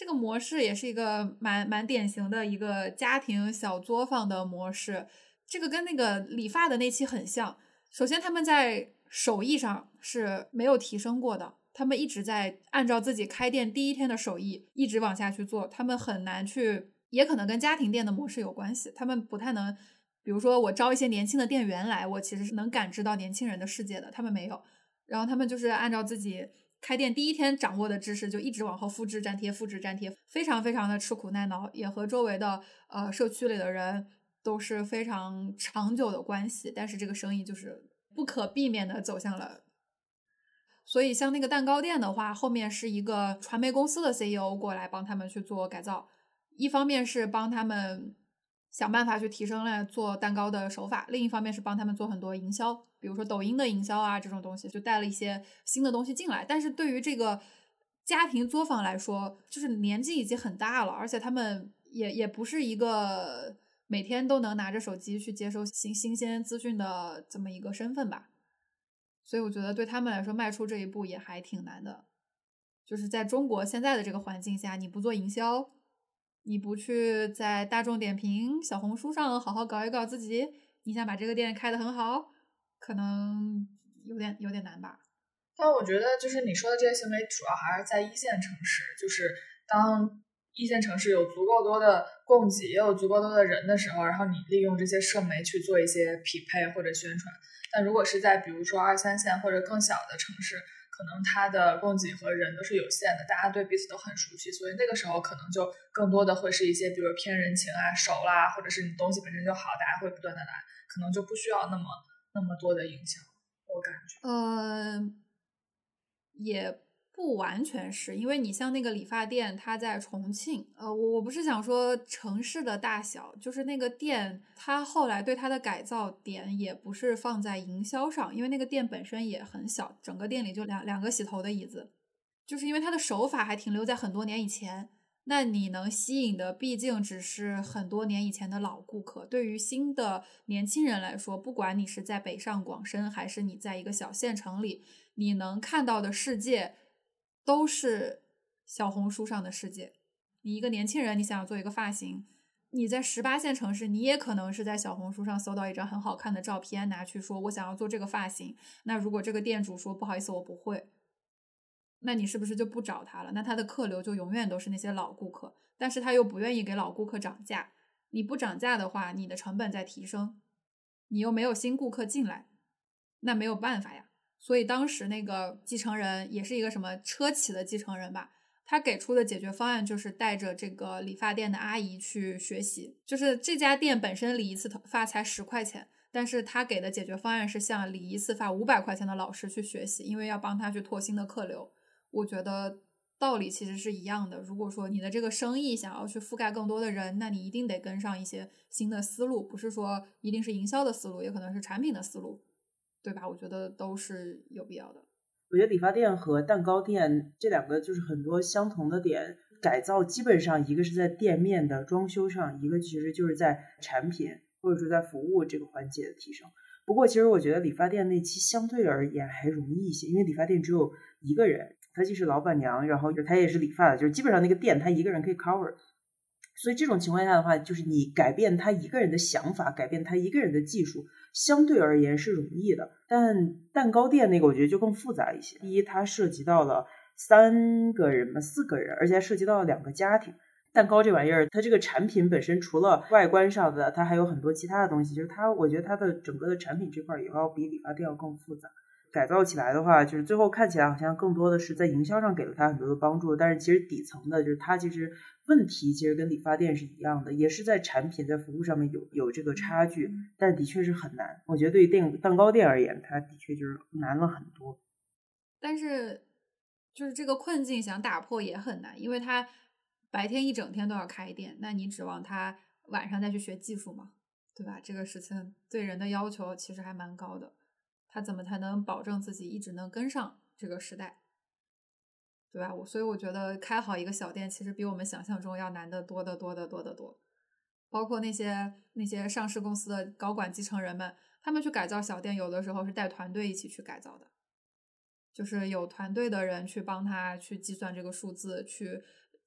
这个模式也是一个蛮蛮典型的一个家庭小作坊的模式，这个跟那个理发的那期很像。首先他们在手艺上是没有提升过的，他们一直在按照自己开店第一天的手艺一直往下去做，他们很难去，也可能跟家庭店的模式有关系，他们不太能，比如说我招一些年轻的店员来，我其实是能感知到年轻人的世界的，他们没有。然后他们就是按照自己开店第一天掌握的知识就一直往后复制粘贴复制粘贴，非常非常的吃苦耐劳，也和周围的呃社区里的人都是非常长久的关系，但是这个生意就是不可避免的走向了。所以像那个蛋糕店的话，后面是一个传媒公司的 C E O 过来帮他们去做改造，一方面是帮他们想办法去提升了做蛋糕的手法，另一方面是帮他们做很多营销，比如说抖音的营销啊这种东西，就带了一些新的东西进来。但是对于这个家庭作坊来说，就是年纪已经很大了，而且他们也也不是一个每天都能拿着手机去接收新新鲜资讯的这么一个身份吧。所以我觉得对他们来说迈出这一步也还挺难的，就是在中国现在的这个环境下，你不做营销，你不去在大众点评小红书上好好搞一搞自己，你想把这个店开得很好，可能有点有点难吧。 但我觉得就是你说的这些行为主要还是在一线城市，就是当一线城市有足够多的供给也有足够多的人的时候，然后你利用这些社媒去做一些匹配或者宣传。但如果是在比如说二三线或者更小的城市，可能它的供给和人都是有限的，大家对彼此都很熟悉，所以那个时候可能就更多的会是一些比如偏人情啊熟啦，或者是你东西本身就好，大家会不断的来，可能就不需要那么那么多的营销，我感觉呃也不完全是，因为你像那个理发店，它在重庆，呃，我我不是想说城市的大小，就是那个店，它后来对它的改造点也不是放在营销上，因为那个店本身也很小，整个店里就两两个洗头的椅子，就是因为它的手法还停留在很多年以前，那你能吸引的毕竟只是很多年以前的老顾客，对于新的年轻人来说，不管你是在北上广深，还是你在一个小县城里，你能看到的世界都是小红书上的世界。你一个年轻人，你想要做一个发型，你在十八线城市，你也可能是在小红书上搜到一张很好看的照片，拿去说我想要做这个发型。那如果这个店主说不好意思我不会，那你是不是就不找他了？那他的客流就永远都是那些老顾客，但是他又不愿意给老顾客涨价。你不涨价的话，你的成本在提升，你又没有新顾客进来，那没有办法呀。所以当时那个继承人也是一个什么车企的继承人吧，他给出的解决方案就是带着这个理发店的阿姨去学习，就是这家店本身理一次头发才十块钱，但是他给的解决方案是向理一次发五百块钱的老师去学习，因为要帮他去拓新的客流。我觉得道理其实是一样的，如果说你的这个生意想要去覆盖更多的人，那你一定得跟上一些新的思路，不是说一定是营销的思路，也可能是产品的思路，对吧？我觉得都是有必要的。 我觉得理发店和蛋糕店这两个就是很多相同的点，改造基本上一个是在店面的装修上，一个其实就是在产品或者说在服务这个环节的提升。不过其实我觉得理发店那期相对而言还容易一些，因为理发店只有一个人，他既是老板娘，然后他也是理发的，就是基本上那个店他一个人可以 cover。所以这种情况下的话，就是你改变他一个人的想法，改变他一个人的技术，相对而言是容易的。但蛋糕店那个我觉得就更复杂一些。第一，它涉及到了三个人嘛，四个人，而且还涉及到了两个家庭。蛋糕这玩意儿，它这个产品本身除了外观上的，它还有很多其他的东西，就是它，我觉得它的整个的产品这块也要比理发店要更复杂。改造起来的话，就是最后看起来好像更多的是在营销上给了他很多的帮助，但是其实底层的就是它其实问题其实跟理发店是一样的，也是在产品在服务上面有有这个差距，但的确是很难。我觉得对于店蛋糕店而言，它的确就是难了很多。 但是就是这个困境想打破也很难，因为它白天一整天都要开店，那你指望他晚上再去学技术吗？对吧？这个事情对人的要求其实还蛮高的，他怎么才能保证自己一直能跟上这个时代，对吧？我所以我觉得开好一个小店其实比我们想象中要难得多得多得多得多。包括那些那些上市公司的高管继承人们，他们去改造小店，有的时候是带团队一起去改造的，就是有团队的人去帮他去计算这个数字，去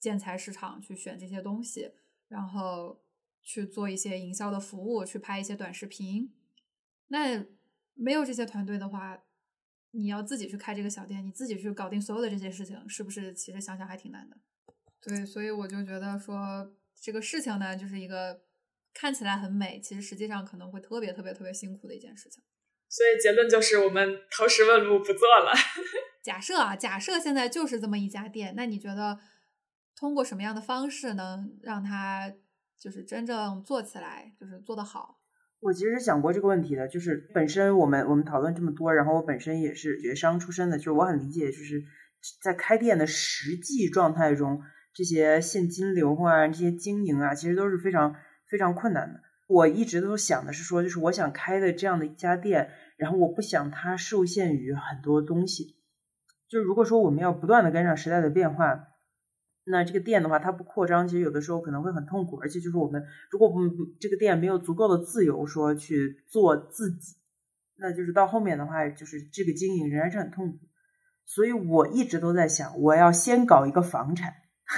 建材市场去选这些东西，然后去做一些营销的服务，去拍一些短视频。那没有这些团队的话，你要自己去开这个小店，你自己去搞定所有的这些事情，是不是其实想想还挺难的？对，所以我就觉得说这个事情呢，就是一个看起来很美，其实实际上可能会特别特别特别辛苦的一件事情。 所以结论就是我们投石问路不做了。 假设啊，假设现在就是这么一家店，那你觉得通过什么样的方式能让它就是真正做起来，就是做得好？ 我其实想过这个问题的，就是本身我们我们讨论这么多，然后我本身也是学商出身的，就是我很理解，就是在开店的实际状态中，这些现金流啊，这些经营啊，其实都是非常非常困难的。我一直都想的是说，就是我想开的这样的一家店，然后我不想它受限于很多东西。就如果说我们要不断的跟上时代的变化，那这个店的话它不扩张，其实有的时候可能会很痛苦，而且就是我们如果我们这个店没有足够的自由说去做自己，那就是到后面的话就是这个经营仍然是很痛苦。所以我一直都在想，我要先搞一个房产。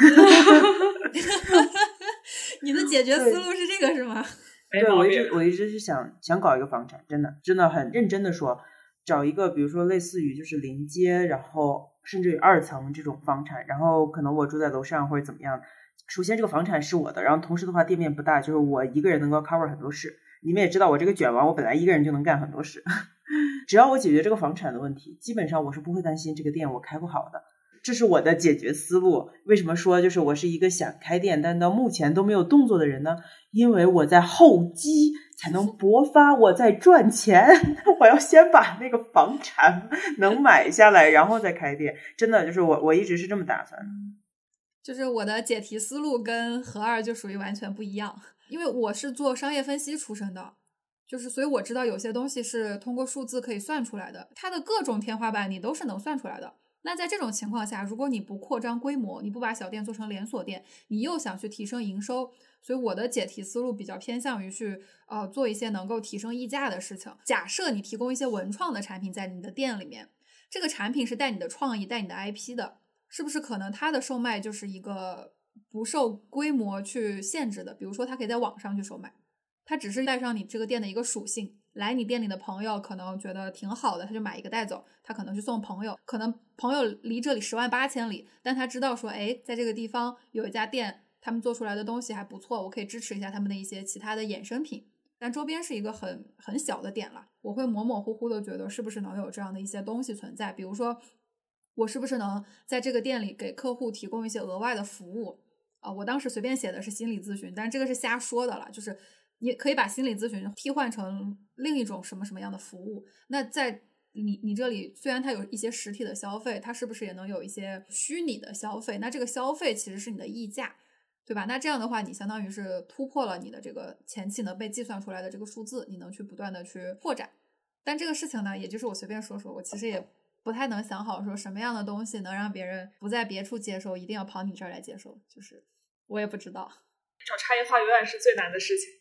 你的解决思路是这个是吗？ 对，我一直我一直是想想搞一个房产，真的真的很认真的说，找一个比如说类似于就是临街，然后甚至于二层这种房产，然后可能我住在楼上或者怎么样。首先这个房产是我的，然后同时的话店面不大，就是我一个人能够 cover 很多事。你们也知道我这个卷王，我本来一个人就能干很多事。只要我解决这个房产的问题，基本上我是不会担心这个店我开不好的。这是我的解决思路。为什么说就是我是一个想开店但到目前都没有动作的人呢？因为我在厚积才能薄发，我在赚钱。我要先把那个房产能买下来，然后再开店。真的就是我我一直是这么打算。 就是我的解题思路跟何二就属于完全不一样，因为我是做商业分析出身的，就是所以我知道有些东西是通过数字可以算出来的，它的各种天花板你都是能算出来的。那在这种情况下，如果你不扩张规模，你不把小店做成连锁店，你又想去提升营收，所以我的解题思路比较偏向于去呃做一些能够提升溢价的事情。假设你提供一些文创的产品在你的店里面，这个产品是带你的创意带你的 I P 的，是不是可能它的售卖就是一个不受规模去限制的？比如说它可以在网上去售卖，它只是带上你这个店的一个属性，来你店里的朋友可能觉得挺好的，他就买一个带走，他可能去送朋友，可能朋友离这里十万八千里，但他知道说，哎，在这个地方有一家店，他们做出来的东西还不错，我可以支持一下他们的一些其他的衍生品。但周边是一个很很小的点了，我会模模糊糊的觉得是不是能有这样的一些东西存在，比如说我是不是能在这个店里给客户提供一些额外的服务啊、呃？我当时随便写的是心理咨询，但这个是瞎说的了，就是你可以把心理咨询替换成另一种什么什么样的服务。那在你你这里虽然它有一些实体的消费，它是不是也能有一些虚拟的消费？那这个消费其实是你的溢价，对吧？那这样的话，你相当于是突破了你的这个前期能被计算出来的这个数字，你能去不断的去扩展。但这个事情呢，也就是我随便说说，我其实也不太能想好说什么样的东西能让别人不在别处接受，一定要跑你这儿来接受，就是我也不知道。 找差异化永远是最难的事情。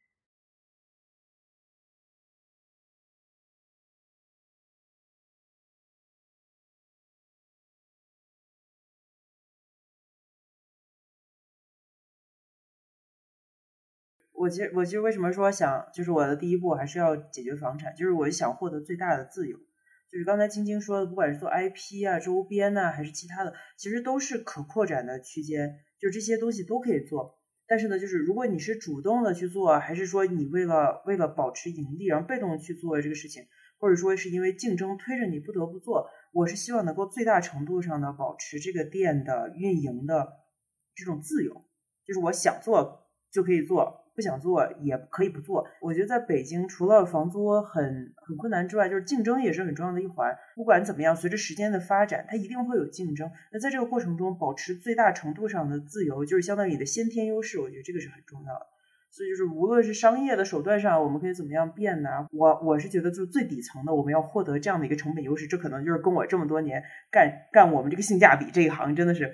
我其实我其实为什么说想就是我的第一步还是要解决房产，就是我想获得最大的自由。就是刚才青青说的，不管是做 I P 啊、周边啊，还是其他的，其实都是可扩展的区间，就这些东西都可以做。但是呢，就是如果你是主动的去做，还是说你为了为了保持盈利，然后被动的去做这个事情，或者说是因为竞争推着你不得不做，我是希望能够最大程度上的保持这个店的运营的这种自由，就是我想做就可以做，不想做也可以不做。我觉得在北京除了房租很很困难之外，就是竞争也是很重要的一环。不管怎么样，随着时间的发展，它一定会有竞争。那在这个过程中保持最大程度上的自由，就是相当于你的先天优势，我觉得这个是很重要的。所以就是无论是商业的手段上我们可以怎么样变呢？我我是觉得就是最底层的我们要获得这样的一个成本优势，这可能就是跟我这么多年干干我们这个性价比这一行真的是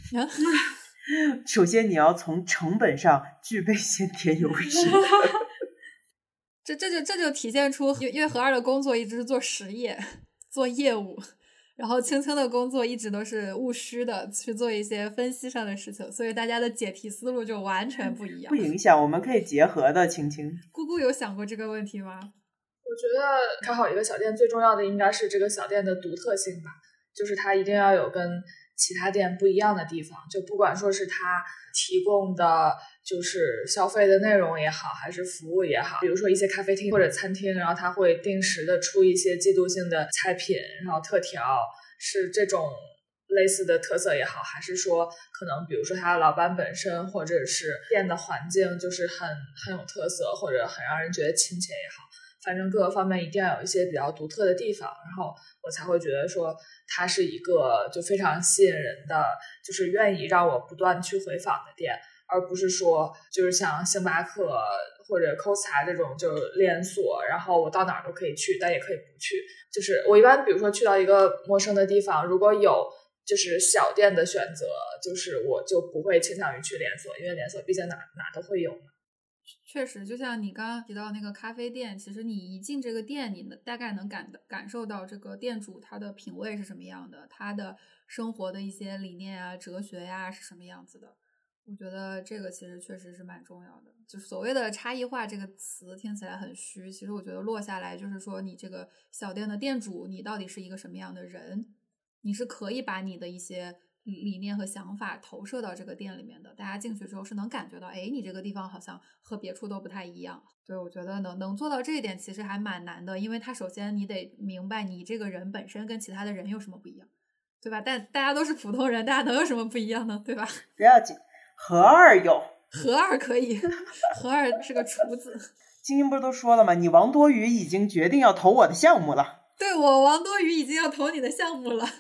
首先你要从成本上具备先天优势。 这这就这就体现出因为何二的工作一直是做实业做业务， 然后青青的工作一直都是务实的去做一些分析上的事情，所以大家的解题思路就完全不一样。 不影响，我们可以结合的。青青姑姑有想过这个问题吗？ 我觉得开好一个小店最重要的应该是这个小店的独特性吧，就是它一定要有跟其他店不一样的地方，就不管说是它提供的就是消费的内容也好，还是服务也好，比如说一些咖啡厅或者餐厅，然后它会定时的出一些季度性的菜品，然后特调，是这种类似的特色也好，还是说可能比如说它老板本身或者是店的环境就是很很有特色，或者很让人觉得亲切也好，反正各个方面一定要有一些比较独特的地方，然后我才会觉得说它是一个就非常吸引人的，就是愿意让我不断去回访的店，而不是说就是像星巴克或者 Costa 这种就是连锁，然后我到哪儿都可以去，但也可以不去。就是我一般比如说去到一个陌生的地方，如果有就是小店的选择，就是我就不会倾向于去连锁，因为连锁毕竟哪哪都会有嘛。 确实，就像你刚刚提到那个咖啡店，其实你一进这个店，你大概能感感受到这个店主他的品味是什么样的，他的生活的一些理念啊、哲学呀、啊、是什么样子的。我觉得这个其实确实是蛮重要的。就是所谓的差异化这个词听起来很虚，其实我觉得落下来就是说，你这个小店的店主，你到底是一个什么样的人，你是可以把你的一些理念和想法投射到这个店里面的，大家进去之后是能感觉到，哎，你这个地方好像和别处都不太一样。对，我觉得能能做到这一点其实还蛮难的，因为他首先你得明白你这个人本身跟其他的人有什么不一样，对吧？但大家都是普通人，大家能有什么不一样呢？对吧？ 不要紧，何二有， 何二可以，何二是个厨子。 青青不是都说了吗？你王多鱼已经决定要投我的项目了。 对，我王多鱼已经要投你的项目了。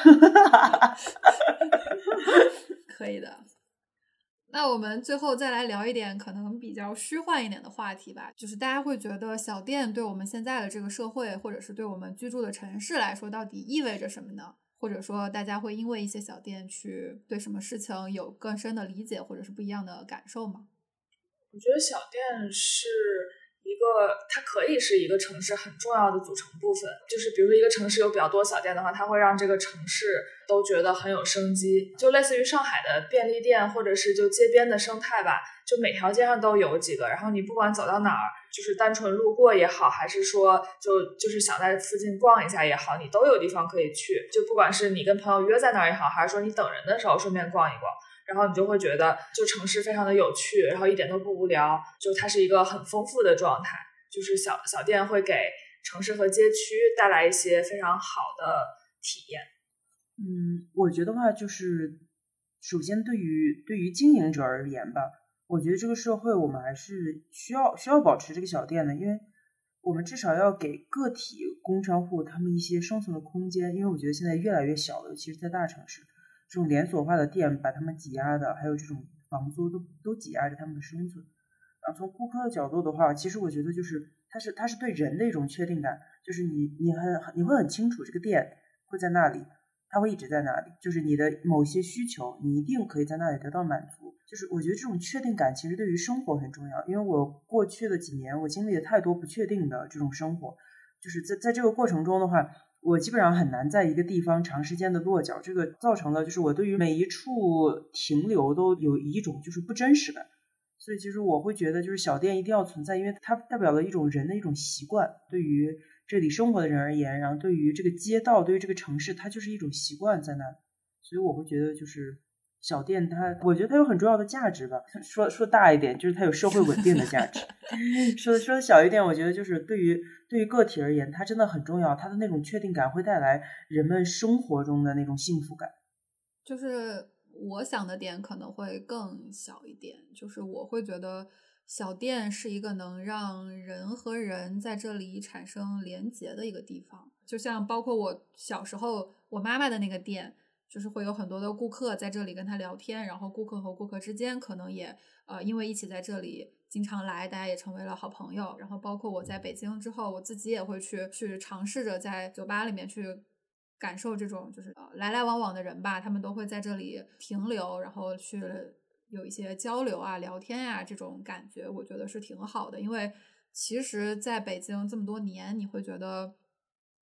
可以的。那我们最后再来聊一点可能比较虚幻一点的话题吧，就是大家会觉得小店对我们现在的这个社会，或者是对我们居住的城市来说，到底意味着什么呢？或者说大家会因为一些小店去对什么事情有更深的理解，或者是不一样的感受吗？ 我觉得小店是一个，它可以是一个城市很重要的组成部分，就是比如说一个城市有比较多小店的话，它会让这个城市都觉得很有生机，就类似于上海的便利店，或者是就街边的生态吧，就每条街上都有几个，然后你不管走到哪儿，就是单纯路过也好，还是说就就是想在附近逛一下也好，你都有地方可以去，就不管是你跟朋友约在那儿也好，还是说你等人的时候顺便逛一逛，然后你就会觉得就城市非常的有趣，然后一点都不无聊，就它是一个很丰富的状态，就是小小店会给城市和街区带来一些非常好的体验。 嗯，我觉得话就是首先对于对于经营者而言吧，我觉得这个社会我们还是需要需要保持这个小店的，因为我们至少要给个体工商户他们一些生存的空间，因为我觉得现在越来越小了，尤其是在大城市，这种连锁化的店把他们挤压的，还有这种房租都都挤压着他们的生存。然后从顾客的角度的话，其实我觉得就是它是它是对人的一种确定感，就是你你很你会很清楚这个店会在那里，它会一直在那里，就是你的某些需求你一定可以在那里得到满足。就是我觉得这种确定感其实对于生活很重要，因为我过去的几年我经历了太多不确定的这种生活，就是在在这个过程中的话，我基本上很难在一个地方长时间的落脚，这个造成了就是我对于每一处停留都有一种就是不真实感。所以其实我会觉得就是小店一定要存在，因为它代表了一种人的一种习惯，对于这里生活的人而言，然后对于这个街道，对于这个城市，它就是一种习惯在那里。所以我会觉得就是小店它，我觉得它有很重要的价值吧。说说大一点，就是它有社会稳定的价值。说说小一点，我觉得就是对于对于个体而言，它真的很重要，它的那种确定感会带来人们生活中的那种幸福感。 就是我想的点可能会更小一点，就是我会觉得小店是一个能让人和人在这里产生连结的一个地方，就像包括我小时候我妈妈的那个店，就是会有很多的顾客在这里跟他聊天，然后顾客和顾客之间可能也呃因为一起在这里经常来，大家也成为了好朋友。然后包括我在北京之后，我自己也会去去尝试着在酒吧里面去感受这种就是呃来来往往的人吧，他们都会在这里停留，然后去有一些交流啊、聊天啊，这种感觉我觉得是挺好的。因为其实在北京这么多年，你会觉得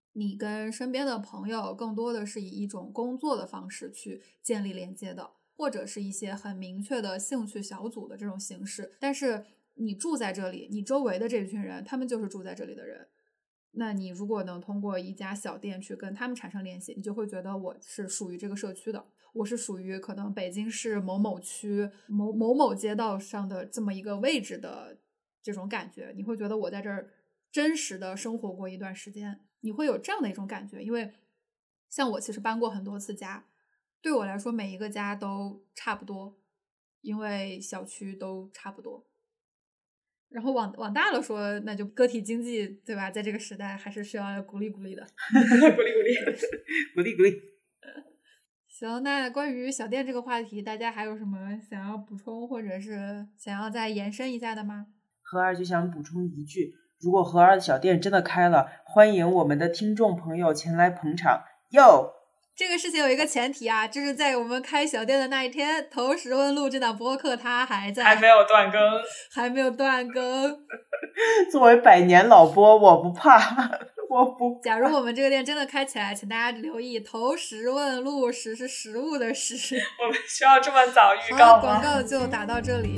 你跟身边的朋友更多的是以一种工作的方式去建立连接的，或者是一些很明确的兴趣小组的这种形式。但是你住在这里，你周围的这群人他们就是住在这里的人，那你如果能通过一家小店去跟他们产生联系，你就会觉得我是属于这个社区的，我是属于可能北京市某某区某某某街道上的这么一个位置的这种感觉，你会觉得我在这儿真实的生活过一段时间，你会有这样的一种感觉。因为像我其实搬过很多次家，对我来说每一个家都差不多，因为小区都差不多。然后往往大了说，那就个体经济，对吧？在这个时代还是需要鼓励鼓励的。 鼓励鼓励鼓励鼓励。 行，那关于小店这个话题，大家还有什么想要补充或者是想要再延伸一下的吗？ 何儿就想补充一句，如果何儿的小店真的开了，欢迎我们的听众朋友前来捧场哟。 这个事情有一个前提啊，就是在我们开小店的那一天，投石问路这档播客它还在， 还没有断更， 还没有断更。 作为百年老播，我不怕，我不怕。 假如我们这个店真的开起来，请大家留意投石问路，石是食物的食。 我们需要这么早预告吗？ 广告就打到这里。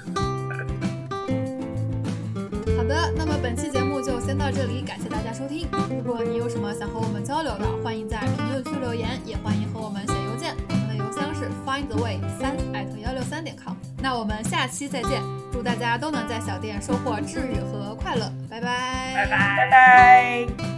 好的，那么本期节目就先到这里，感谢大家收听。如果你有什么想和我们交流的，欢迎在评论区留言，也欢迎和我们写邮件，我们的邮箱是 findtheway 三 at 一六三点 com。那我们下期再见，祝大家都能在小店收获治愈和快乐，拜拜， 拜拜， 拜拜。